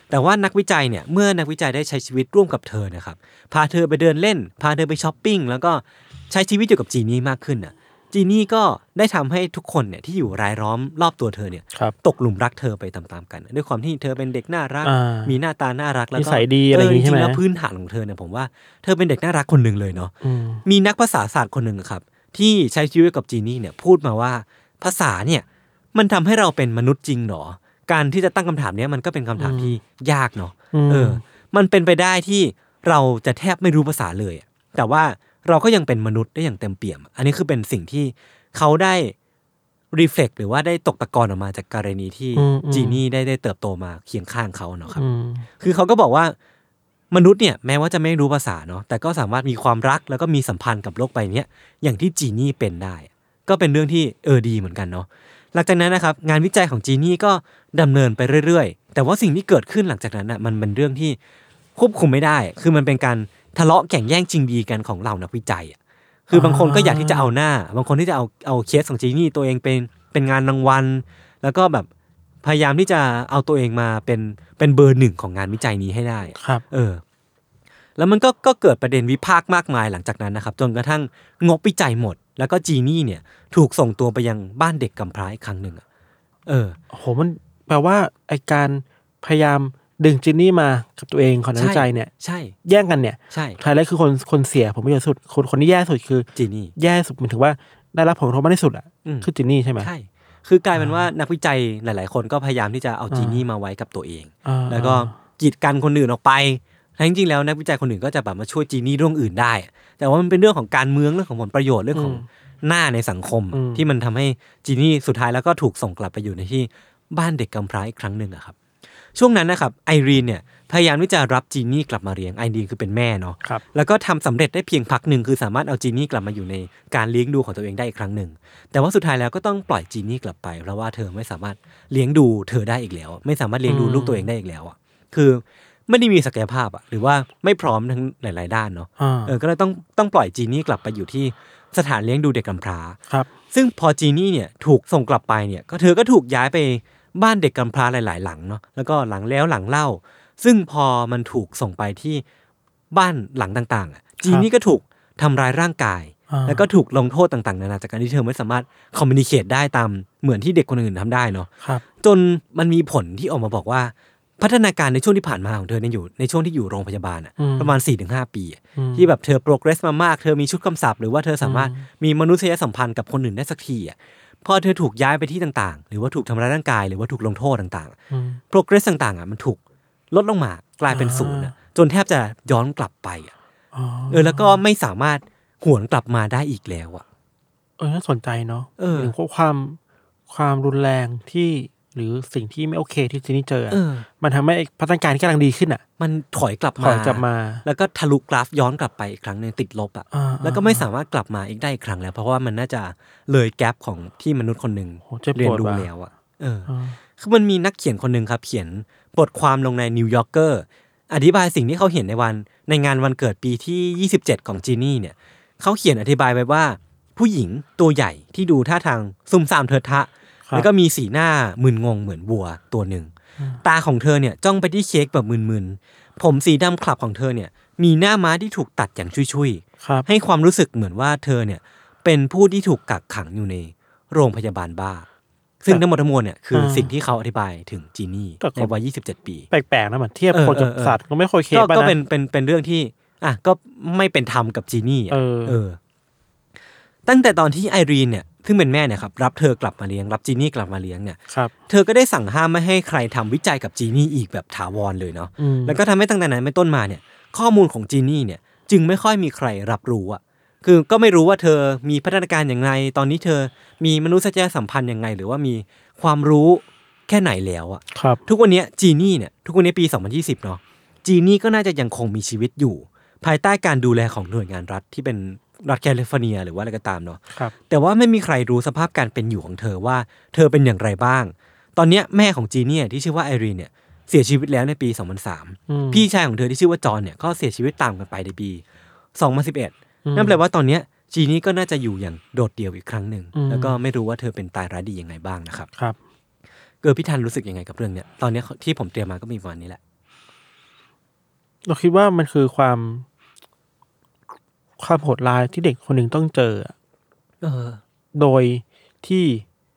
แต่ว่านักวิจัยเนี่ยเมื่อนักวิจัยได้ใช้ชีวิตร่วมกับเธอนะครับพาเธอไปเดินเล่นพาเธอไปช้อปปิ้งแล้วก็ใช้ชีวิตอยู่กับจีนี่มากขึ้นน่ะจีนี่ก็ได้ทำให้ทุกคนเนี่ยที่อยู่รายล้อมรอบตัวเธอเนี่ยตกหลุมรักเธอไปตามๆกันด้วยความที่เธอเป็นเด็กน่ารักมีหน้าตาน่ารักแล้วก็นิสัยดีอะไรอย่างงี้ใช่ไหมแล้วพื้นฐานของเธอเนี่ยผมว่าเธอเป็นเด็กน่ารักคนนึงเลยเนาะมีนักภาษาศาสตร์คนนึงครับที่ใช้ชีวิตกับจีนี่เนี่ยพูดมาว่าภาษาเนี่ยมันทำให้เราเป็นมนุษย์จริงหรอการที่จะตั้งคำถามนี้มันก็เป็นคำถามที่ยากเนาะมันเป็นไปได้ที่เราจะแทบไม่รู้ภาษาเลยแต่ว่าเราก็ยังเป็นมนุษย์ได้อย่างเต็มเปี่ยมอันนี้คือเป็นสิ่งที่เขาได้รีเฟล็กหรือว่าได้ตกตะกอนออกมาจากกรณีที่จีนี่ได้เติบโตมาเคียงข้างเขาเนาะครับคือเขาก็บอกว่ามนุษย์เนี่ยแม้ว่าจะไม่รู้ภาษาเนาะแต่ก็สามารถมีความรักแล้วก็มีสัมพันธ์กับโลกใบนี้อย่างที่จีนี่เป็นได้ก็เป็นเรื่องที่ดีเหมือนกันเนาะหลังจากนั้นนะครับงานวิจัยของจีนี่ก็ดำเนินไปเรื่อยๆแต่ว่าสิ่งที่เกิดขึ้นหลังจากนั้นมันเป็นเรื่องที่ควบคุมไม่ได้คือมันเป็นการทะเลาะแข่งแย่งชิงดีกันของเหล่านักวิจัยคือบางคนก็อยากที่จะเอาหน้าบางคนที่จะเอาเคสของจีนี่ตัวเองเป็นงานรางวัลแล้วก็แบบพยายามที่จะเอาตัวเองมาเป็นเบอร์หนึ่งของงานวิจัยนี้ให้ได้ครับแล้วมันก็เกิดประเด็นวิพากษ์มากมายหลังจากนั้นนะครับจนกระทั่งงบวิจัยหมดแล้วก็จีนี่เนี่ยถูกส่งตัวไปยังบ้านเด็กกำพร้าอีกครั้งหนึ่งโหมันแปลว่าไอการพยายามดึงจีนี่มากับตัวเองของนักวิจัยเนี่ยใช่แย่งกันเนี่ยใช่ท้ายแล้วคือคนเสียผมไม่ยอมสุดคนที่แย่สุดคือจีนี่แย่สุดหมายถึงว่าได้รับผลกระทบมากที่สุดคือจีนี่ใช่ไหมใช่คือกลายเป็นว่านักวิจัยหลายๆคนก็พยายามที่จะเอาจีนี่มาไว้กับตัวเองแล้วก็กีดกันคนอื่นออกไปจริงๆแล้วนักวิจัยคนอื่นก็จะแบบมาช่วยจีนี่เรื่องอื่นได้แต่ว่ามันเป็นเรื่องของการเมืองเรื่องของผลประโยชน์เรื่องของหน้าในสังคมที่มันทำให้จีนี่สุดท้ายแล้วก็ถูกส่งกลับไปอยู่ในที่บ้านเด็กกำพร้าอีกครั้งหนึ่งครับช่วงนั้นนะครับไอรีนเนี่ยพยายามที่จะรับจีนี่กลับมาเลี้ยงไอรีนคือเป็นแม่เนาะแล้วก็ทำสำเร็จได้เพียงพักหนึ่งคือสามารถเอาจีนี่กลับมาอยู่ในการเลี้ยงดูของตัวเองได้อีกครั้งหนึ่งแต่ว่าสุดท้ายแล้วก็ต้องปล่อยจีนี่กลับไปเพราะว่าเธอไม่สามารถเลี้ยงดูเธอได้อีกแล้วไม่สามารถเลี้ยงดูลูกตัวเองได้อีกแล้วคือไม่ได้มีศักยภาพหรือว่าไม่พร้อมทั้งหลายๆด้านเนาะก็เลยต้องปล่อยจีนี่กลับไปอยู่ที่สถานเลี้ยงดูเด็กกำพร้าซึ่งพอจีนี่เนี่ยถูกส่งกลับไปเนี่ยก็เธอก็ถูกย้ายไปบ้านเด็กกำพร้าหลายๆหลังเนาะแล้วก็หลังแล้วหลังเล่าซึ่งพอมันถูกส่งไปที่บ้านหลังต่างๆจีนี่ก็ถูกทำร้ายร่างกายแล้วก็ถูกลงโทษต่างๆนานาจากการที่เธอไม่สามารถคอมมิวนิเคตได้ตามเหมือนที่เด็กคนอื่นทำได้เนาะจนมันมีผลที่ออกมาบอกว่าพัฒนาการในช่วงที่ผ่านมาของเธอเนี่ยอยู่ในช่วงที่อยู่โรงพยาบาลประมาณ 4-5 ปีที่แบบเธอโปรเกรสมามากเธอมีชุดคำศัพท์หรือว่าเธอสามารถมีมนุษยสัมพันธ์กับคนอื่นได้สักทีพอเธอถูกย้ายไปที่ต่างๆหรือว่าถูกทำร้ายร่างกายหรือว่าถูกลงโทษต่างๆโปรเกรสต่างๆมันถูกลดลงมากลายเป็นศูนย์จนแทบจะย้อนกลับไปแล้วก็ไม่สามารถหวนกลับมาได้อีกแล้วน่าสนใจเนาะถึงความรุนแรงที่หรือสิ่งที่ไม่โอเคที่จีนี่เจอมันทำให้พัฒนาการที่กำลังดีขึ้นมันถอยกลับมาแล้วก็ทะลุกราฟย้อนกลับไปอีกครั้งนึงติดลบแล้วก็ไม่สามารถกลับมาอีกได้อีกครั้งแล้วเพราะว่ามันน่าจะเลยแกปของที่มนุษย์คนนึงเรียนรู้แล้วคือมันมีนักเขียนคนนึงครับเขียนบทความลงในนิวยอร์กเกอร์อธิบายสิ่งที่เขาเห็นในงานวันเกิดปีที่27ของจีนี่เนี่ยเขาเขียนอธิบายไว้ว่าผู้หญิงตัวใหญ่ที่ดูท่าทางซุ่มซ่ามเถิดทะแล้วก็มีสีหน้ามึนงงเหมือนวัวตัวหนึ่งตาของเธอเนี่ยจ้องไปที่เค้กแบบมึนๆผมสีดำคลับของเธอเนี่ยมีหน้าม้าที่ถูกตัดอย่างชุยๆให้ความรู้สึกเหมือนว่าเธอเนี่ยเป็นผู้ที่ถูกกักขังอยู่ในโรงพยาบาลบ้าซึ่งทั้งหมดทั้งมวลเนี่ยคือสิ่งที่เขาอธิบายถึงจีนี่ในวัย27 ปีแปลกๆนะมันเทียบคนกับสัตว์ก็ไม่ค่อยเคก็เป็นเรื่องที่ก็ไม่เป็นธรรมกับจีนี่ตั้งแต่ตอนที่ไอรีนเนี่ยซึ่งเป็นแม่เนี่ยครับรับเธอกลับมาเลี้ยงรับจีนี่กลับมาเลี้ยงเนี่ยเธอก็ได้สั่งห้ามไม่ให้ใครทำวิจัยกับจีนี่อีกแบบถาวรเลยเนาะแล้วก็ทำให้ตั้งแต่นั้นเป็นต้นมาเนี่ยข้อมูลของจีนี่เนี่ยจึงไม่ค่อยมีใครรับรู้คือก็ไม่รู้ว่าเธอมีพัฒนาการอย่างไรตอนนี้เธอมีมนุษยสัมพันธ์ยังไงหรือว่ามีความรู้แค่ไหนแล้วทุกวันนี้จีนี่เนี่ยทุกวันนี้ปี2020เนาะจีนี่ก็น่าจะยังคงมีชีวิตอยู่ภายใต้การดูแลของหน่วยงานรัฐที่เป็นรัฐแคลิฟอร์เนียหรือว่าอะไรก็ตามเนาะแต่ว่าไม่มีใครรู้สภาพการเป็นอยู่ของเธอว่าเธอเป็นอย่างไรบ้างตอนนี้แม่ของจีนี่ที่ชื่อว่าไอรีนเนี่ยเสียชีวิตแล้วในปี2003พี่ชายของเธอที่ชื่อว่าจอห์นเนี่ยก็เสียชีวิตตามกันไปในปี2011นั่นแปลว่าตอนนี้จีนี่ก็น่าจะอยู่อย่างโดดเดี่ยวอีกครั้งหนึ่งแล้วก็ไม่รู้ว่าเธอเป็นตายร้ายดียังไงบ้างนะครับพี่ทันรู้สึกยังไงกับเรื่องเนี้ยตอนนี้ที่ผมเตรียมมาก็มีประมาณนี้แหละเราคิดว่ามันคือความโหดร้ายที่เด็กคนหนึ่งต้องเจอโดยที่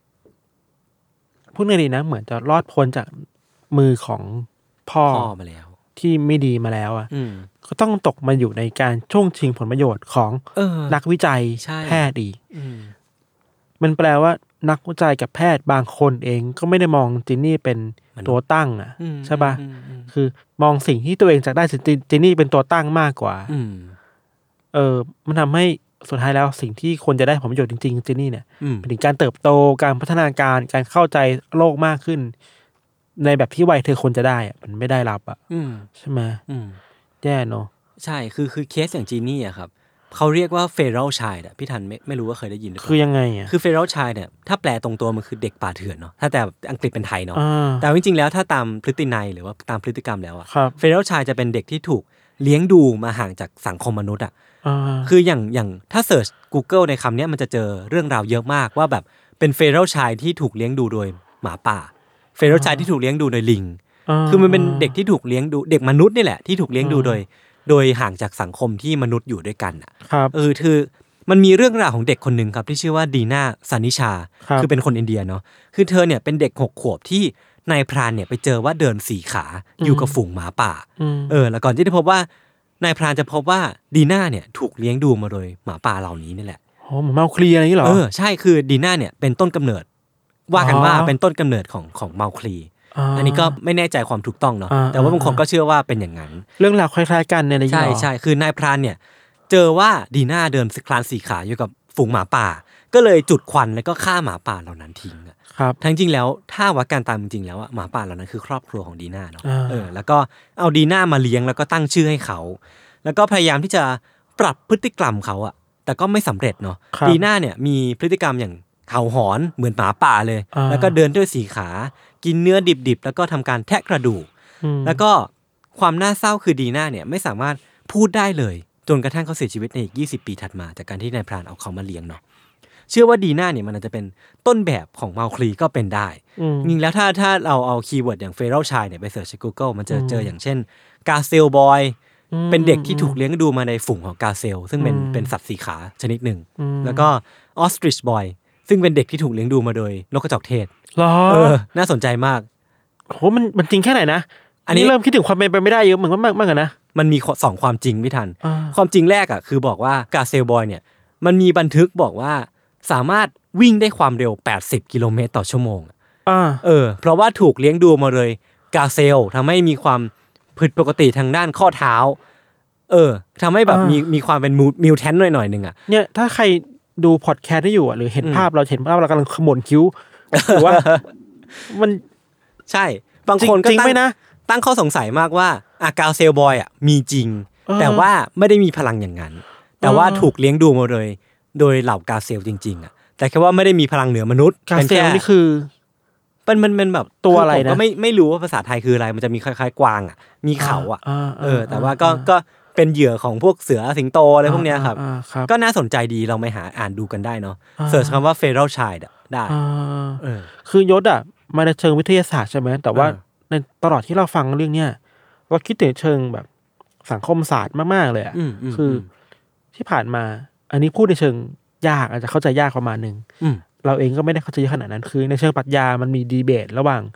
พูดง่ายๆนะเหมือนจะรอดพ้นจากมือของพ่อมาแล้วที่ไม่ดีมาแล้วก็ต้องตกมาอยู่ในการช่วงชิงผลประโยชน์ของนักวิจัยแพทย์อีกมันแปลว่านักวิจัยกับแพทย์บางคนเองก็ไม่ได้มองจินนี่เป็นตัวตั้งใช่ป่ะคือมองสิ่งที่ตัวเองจะได้จินนี่เป็นตัวตั้งมากกว่ามันทำให้สุดท้ายแล้วสิ่งที่ควรจะได้ผลประโยชน์จริงๆจินนี่เนี่ยเป็นถึงการเติบโตการพัฒนาการการเข้าใจโลกมากขึ้นในแบบที่วัยเธอควรจะได้มันไม่ได้รับใช่ไหมแย่เนาะใช่คือเคสอย่างจีนี่อะครับเขาเรียกว่า feral child พี่ทันไม่รู้ว่าเคยได้ยินหรือเปล่าคือยังไงคือ feral child เนี่ยถ้าแปลตรงตัวมันคือเด็กป่าเถื่อนเนาะถ้าแต่อังกฤษเป็นไทยเนาะแต่จริงๆแล้วถ้าตามพฤตินัยหรือว่าตามพฤติกรรมแล้วอะ feral child จะเป็นเด็กที่ถูกเลี้ยงดูมาห่างจากสังคมมนุษย์อะคืออย่างถ้าเสิร์ช Google ในคำนี้มันจะเจอเรื่องราวเยอะมากว่าแบบเป็น feral child ที่ถูกเลี้ยงดูโดยหมาป่าferal child ที่ถูกเลี้ยงดูโดยลิงคือมันเป็นเด็กที่ถูกเลี้ยงดูเด็กมนุษย์นี่แหละที่ถูกเลี้ยงดูโดยห่างจากสังคมที่มนุษย์อยู่ด้วยกันอ่ะคือมันมีเรื่องราวของเด็กคนนึงครับที่ชื่อว่าดีน่าซานิชาคือเป็นคนอินเดียเนาะคือเธอเนี่ยเป็นเด็ก6 ขวบที่นายพรานเนี่ยไปเจอว่าเดิน4 ขาอยู่กับฝูงหมาป่าแล้วก่อนที่จะพบว่านายพรานจะพบว่าดีน่าเนี่ยถูกเลี้ยงดูมาโดยหมาป่าเหล่านี้นี่แหละอ๋อเหมือนเมาคลีอะไรอย่างนี้เหรอใช่คือดีน่าเนี่ยเป็นต้นกำเนิดว่ากันว่าเป็นต้นกำเนิดของเมาคลีอันนี้ก็ไม่แน่ใจความถูกต้องเนาะแต่ว่าบางคนก็เชื่อว่าเป็นอย่างนั้นเรื่องราวคล้ายๆกันในใช่คือนายพรานเนี่ยเจอว่าดีน่าเดินคลาน4 ขาอยู่กับฝูงหมาป่าก็เลยจุดควันแล้วก็ฆ่าหมาป่าเหล่านั้นทิ้งครับทั้งจริงแล้วถ้าว่าการตามจริงแล้วหมาป่าเหล่านั้นคือครอบครัวของดีน่าเนาะแล้วก็เอาดีน่ามาเลี้ยงแล้วก็ตั้งชื่อให้เขาแล้วก็พยายามที่จะปรับพฤติกรรมเขาแต่ก็ไม่สำเร็จเนาะดีน่าเนี่ยมีพฤติกรรมอย่างเห่าหอนเหมือนหมาป่าเลยแล้วก็เดินด้วย4 ขากินเนื้อดิบๆแล้วก็ทำการแทะกระดูกแล้วก็ความน่าเศร้าคือดีน่าเนี่ยไม่สามารถพูดได้เลยจนกระทั่งเขาเสียชีวิตในอีก20 ปีถัดมาจากการที่นายพรานเอาเขามาเลี้ยงเนาะเชื่อว่าดีน่าเนี่ยมันอาจจะเป็นต้นแบบของเมาคลีก็เป็นได้จริงแล้วถ้าเราเอาคีย์เวิร์ดอย่าง feral child เนี่ยไปเสิร์ชใน Google มันจะเจออย่างเช่นกาเซลบอยเป็นเด็กที่ถูกเลี้ยงดูมาในฝูงของกาเซลซึ่งเป็นสัตว์4 ขาชนิดหนึ่งแล้วก็ออสตริชบอยซึ่งเป็นเด็กที่ถูกเลี้ยงดูมาโดยนกกระจอกเทศน่าสนใจมากโหมันจริงแค่ไหนนะอันนี้เริ่มคิดถึงความเป็นไปไม่ได้เยอะเหมือนกันมากนะมันมี2 ความจริงพี่ทันความจริงแรกคือบอกว่ากาเซลบอยเนี่ยมันมีบันทึกบอกว่าสามารถวิ่งได้ความเร็ว80 กิโลเมตรต่อชั่วโมงเพราะว่าถูกเลี้ยงดูมาเลยกาเซลทำให้มีความผิดปกติทางด้านข้อเท้าทำให้แบบมีความเป็นมิวแทนต์หน่อยนึงเนี่ยถ้าใครดูพอดแคสต์ได้อยู่หรือเห็นภาพเรากำลังขมวดคิ้วหรือว่ามันใช่บางคนก็ตั้งข้อสงสัยมากว่ากาเซลบอยมีจริงแต่ว่าไม่ได้มีพลังอย่างนั้นแต่ว่าถูกเลี้ยงดูมาโดยเหล่ากาเซลจริงๆแต่แค่ว่าไม่ได้มีพลังเหนือมนุษย์กาเซลนี่คือมันแบบตัวอะไรนะก็ไม่รู้ว่าภาษาไทยคืออะไรมันจะมีคล้ายๆกวางมีเขาแต่ว่าก็เป็นเหยื่อของพวกเสือสิงโตอะไรพวกเนี้ยครับก็น่าสนใจดีเราไปหาอ่านดูกันได้เนาะเสิร์ชคำว่า feral child ได้คือยศมาในเชิงวิทยาศาสตร์ใช่ไหมแต่ว่าในตลอดที่เราฟังเรื่องเนี้ยเราคิดถึงเชิงแบบสังคมศาสตร์มากๆเลยคือที่ผ่านมาอันนี้พูดในเชิงยากอาจจะเข้าใจยากประมาณนึงเราเองก็ไม่ได้เข้าใจขนาดนั้นคือในเชิงปรัชญามันมีดีเบตระหว่าง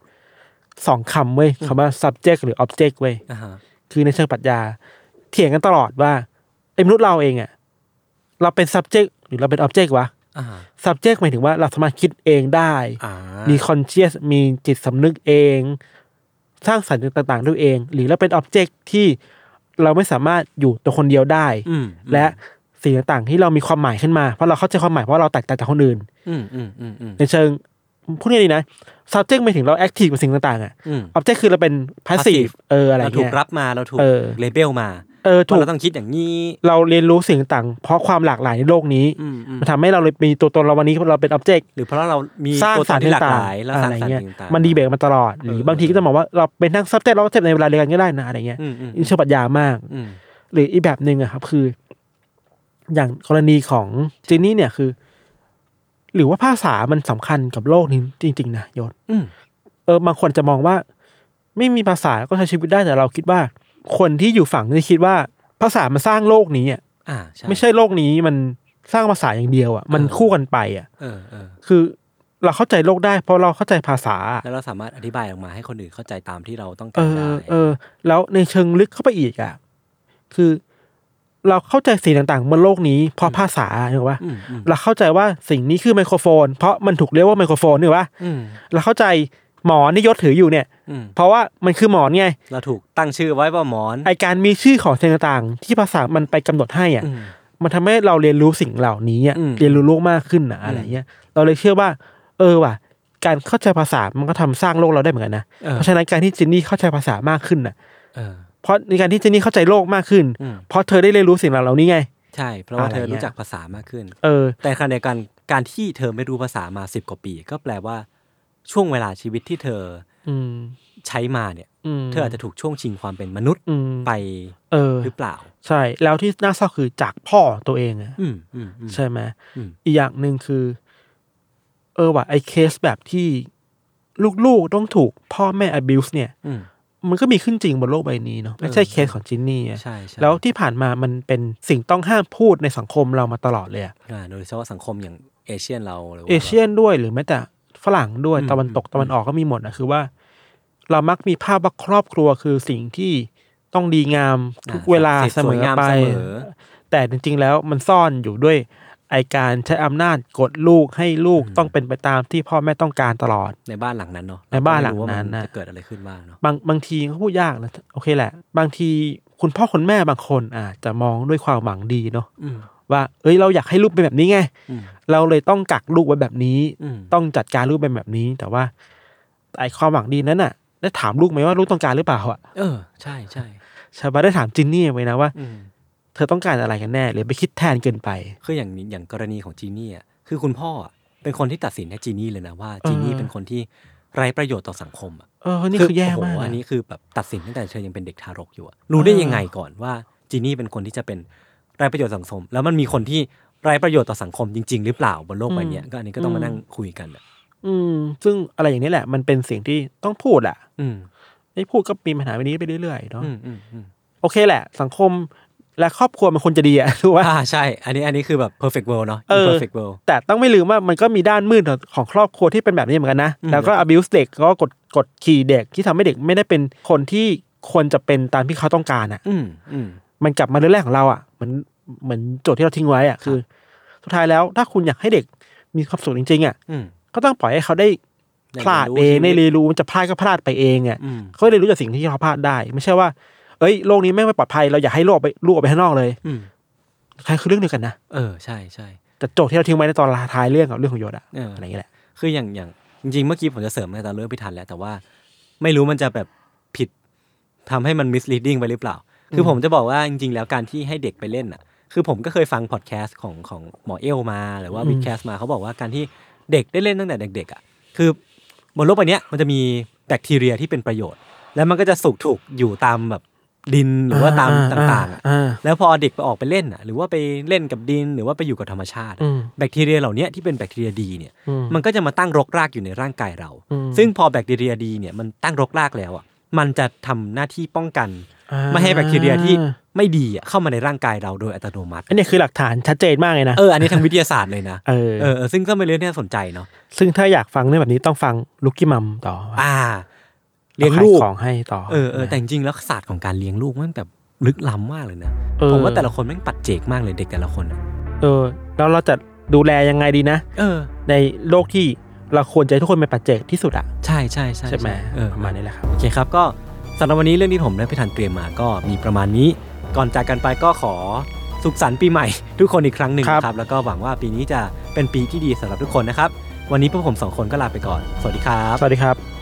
2 คำเว้ยคำว่า subject หรือ object เว้ยคือในเชิงปรัชญาเถียงกันตลอดว่ามนุษย์เราเองเราเป็น subject หรือเราเป็น object วะ subject หมายถึงว่าเราสามารถคิดเองได้มี conscious มีจิตสำนึกเองสร้างสรรค์ต่างๆด้วยเองหรือเราเป็น object ที่เราไม่สามารถอยู่ตัวคนเดียวได้และสิ่งต่างๆที่เรามีความหมายขึ้นมาเพราะเราเข้าใจความหมายเพราะเราแตกต่างจากคนอื่นในเชิงพูดง่ายๆนะ subject หมายถึงเรา active กับสิ่งต่างๆobject คือเราเป็น passive อะไรเงี้ยเราถูกรับมาเราถูก label มาถูกเราต้องคิดอย่างนี้เราเรียนรู้สิ่งต่างเพราะความหลากหลายในโลกนี้มันทำให้เราเลยมีตัวตนเราวันนี้เราเป็น object หรือเพราะเรามีตัวตนที่หลากหลายแล้วอะไรเงี้ยมันดีเบตมาตลอดหรือบางทีก็จะบอกว่าเราเป็นทั้ง subject แล้ว object ในเวลาเดียวกันก็ได้นะอะไรเงี้ยอินเชิงปรัชญามากหรืออีกแบบนึงครับคืออย่างกรณีของจีนี่เนี่ยคือหรือว่าภาษามันสำคัญกับโลกนี้จริงๆนะยศบางคนจะมองว่าไม่มีภาษาก็ใช้ชีวิตได้แต่เราคิดว่าคนที่อยู่ฝั่งที่คิดว่าภาษามันสร้างโลกนี้อ่ะไม่ใช่โลกนี้มันสร้างภาษาอย่างเดียวอ่ะมันคู่กันไปอ่ะคือเราเข้าใจโลกได้เพราะเราเข้าใจภาษาแล้วเราสามารถอธิบายออกมาให้คนอื่นเข้าใจตามที่เราต้องการได้แล้วในเชิงลึกเข้าไปอีกอ่ะคือเราเข้าใจสิ่งต่างๆบนโลกนี้เพราะภาษาถูกป่ะเราเข้าใจว่าสิ่งนี้คือไมโครโฟนเพราะมันถูกเรียกว่าไมโครโฟนถูกป่ะเราเข้าใจหมอนที่ยศถืออยู่เนี่ยเพราะว่ามันคือหมอนไงเราถูกตั้งชื่อไว้ว่าหมอนไอการมีชื่อของสิ่งต่างๆที่ภาษามันไปกำหนดให้อ่ะมันทำให้เราเรียนรู้สิ่งเหล่านี้อ่ะเรียนรู้โลกมากขึ้นนะอะไรเงี้ยเราเลยเชื่อว่าว่ะการเข้าใจภาษามันก็ทำสร้างโลกเราได้เหมือนกันนะเพราะฉะนั้นการที่จินนี่เข้าใจภาษามากขึ้นน่ะเพราะในการที่จินนี่เข้าใจโลกมากขึ้นเพราะเธอได้เรียนรู้สิ่งเหล่านี้ไงใช่เพราะว่าเธอรู้จักภาษามากขึ้นแต่ขณะเดียวกันการที่เธอไม่รู้ภาษามา10 กว่าปีก็แปลว่าช่วงเวลาชีวิตที่เธอใช้มาเนี่ยเธออาจจะถูกช่วงชิงความเป็นมนุษย์ไปหรือเปล่าใช่แล้วที่น่าเศร้าคือจากพ่อตัวเองอ่ะใช่ไหมอีกอย่างนึงคือว่ะไอ้เคสแบบที่ลูกๆต้องถูกพ่อแม่ abuse เนี่ยมันก็มีขึ้นจริงบนโลกใบนี้เนาะไม่ใช่เคสของจินนี่ใช่แล้วที่ผ่านมามันเป็นสิ่งต้องห้ามพูดในสังคมเรามาตลอดเลยโดยเฉพาะสังคมอย่างเอเชียนเราหรือเอเชียนด้วยหรือแม้แต่ฝรั่งด้วยตะวันตกตะวันออกก็มีหมดนะคือว่าเรามักมีภาพว่าครอบครัวคือสิ่งที่ต้องดีงามทุกเวลาเสมอไปแต่จริงๆแล้วมันซ่อนอยู่ด้วยไอการใช้อำนาจกดลูกให้ลูกต้องเป็นไปตามที่พ่อแม่ต้องการตลอดในบ้านหลังนั้นเนาะในบ้านหลังนั้นจะเกิดอะไรขึ้นบ้างเนาะบางทีเขาพูดยากนะโอเคแหละบางทีคุณพ่อคุณแม่บางคนอาจจะมองด้วยความหวังดีเนาะว่าเราอยากให้ลูกเป็นแบบนี้ไงเราเลยต้องกักลูกไว้แบบนี้ต้องจัดการลูกเป็นแบบนี้แต่ว่าไอความหวังดีนั้นน่ะได้ถามลูกไหมว่าลูกต้องการหรือเปล่าอ่ะใช่ชาวบ้านได้ถามจินนี่ไว้นะว่าเธอต้องการอะไรกันแน่หรือไปคิดแทนเกินไปคืออย่างกรณีของจีนี่อ่ะคือคุณพ่อเป็นคนที่ตัดสินให้จีนี่เลยนะว่าจีนี่เป็นคนที่ไร้ประโยชน์ต่อสังคมอ่ะนี่คือแย่มากอันนี้คือแบบตัดสินตั้งแต่เธอยังเป็นเด็กทารกอยู่รู้ได้ยังไงก่อนว่าจีนี่เป็นคนที่จะเป็นไร้ประโยชน์สังคมแล้วมันมีคนที่ไร้ประโยชน์ต่อสังคมจริงๆหรือเปล่าบนโลกใบนี้ก็อันนี้ก็ต้องมานั่งคุยกันซึ่งอะไรอย่างนี้แหละมันเป็นสิ่งที่ต้องพูดอ่ะไม่พูดก็มีปัญหาแบบนี้ไปเรื่อยๆเนาะโอเคแหละสังคมและครอบครัวมันควรจะดีถูกป่ะใช่อันนี้คือแบบ perfect world เนาะ perfect world แต่ต้องไม่ลืมว่ามันก็มีด้านมืดของครอบครัวที่เป็นแบบนี้เหมือนกันนะแล้วก็ abuse เด็กก็กดขี่เด็กที่ทำให้เด็กไม่ได้เป็นคนที่ควรจะเป็นตามที่เขาต้องการอ่ะมันกลับมาเรื่องแรกของเราอ่ะเหมือนโจทย์ที่เราทิ้งไว้อ่ะคือสุดท้ายแล้วถ้าคุณอยากให้เด็กมีความสุขจริงๆอ่ะก็ต้องปล่อยให้เขาได้พลาดเองได้เรียนรู้มันจะพลาดก็พลาดไปเองอ่ะเขาได้รู้จากสิ่งที่เขาพลาดได้ไม่ใช่ว่าโลกนี้ไม่ปลอดภัยเราอยากให้ลูกออกไปข้างนอกเลยใครคือเรื่องเดียวกันนะใช่แต่โจทย์ที่เราทิ้งไว้ในตอนท้ายเรื่องกับเรื่องของยศอะไรอย่างเงี้ยแหละคืออย่างจริงๆเมื่อกี้ผมจะเสริมในตอนเรื่องพิธันแล้วแต่ว่าไม่รู้มันจะแบบผิดทำให้มัน misleading ไปหรือเปล่าคือผมจะบอกว่าจริงๆแล้วการที่ให้เด็กไปเล่นอ่ะคือผมก็เคยฟังพอดแคสต์ของหมอเอลมาหรือว่าวิดแคสต์มาเขาบอกว่าการที่เด็กได้เล่นตั้งแต่เด็กๆอ่ะคือบนโลกใบนี้มันจะมีแบคทีเรียที่เป็นประโยชน์แล้วมันก็จะถูกอยู่ตามแบบดินหรือว่าตามต่างๆแล้วพอเด็กไปออกไปเล่นหรือว่าไปเล่นกับดินหรือว่าไปอยู่กับธรรมชาติแบคทีเรียเหล่านี้ที่เป็นแบคทีเรียดีเนี่ยมันก็จะมาตั้งรกรากอยู่ในร่างกายเราซึ่งพอแบคทีเรียดีเนี่ยมันตั้งรกรากแล้วอ่ะมันจะทำหน้าที่ป้องกันไม่ให้แบคทีเรียที่ไม่ดีเข้ามาในร่างกายเราโดยอัตโนมัติอันนี้คือหลักฐานชัดเจนมากเลยนะอันนี้ทางวิทยาศาสตร์เลยนะซึ่งก็เป็นเรื่องที่น่าสนใจเนาะซึ่งถ้าอยากฟังเรื่องแบบนี้ต้องฟังลูกกี้มัมต่อเลี้ยงลูกของให้ต่อแต่จริงๆแล้วศาสตร์ของการเลี้ยงลูกมันแบบลึกล้ำมากเลยนะผมว่าแต่ละคนแม่งปัจเจกมากเลยเด็กแต่ละคนแล้วเราจะดูแลยังไงดีนะในโลกที่เราควรจะให้ทุกคนเป็นปัจเจกที่สุดอ่ะใช่ใช่ไหมประมาณนี้แหละครับโอเคครับก็สำหรับวันนี้เรื่องที่ผมได้ไปทันเตรียมมาก็มีประมาณนี้ก่อนจากกันไปก็ขอสุขสันต์ปีใหม่ทุกคนอีกครั้งหนึ่งครับแล้วก็หวังว่าปีนี้จะเป็นปีที่ดีสำหรับทุกคนนะครับวันนี้พวกผม2คนก็ลาไปก่อนสวัสดีครับสวัสดีครับ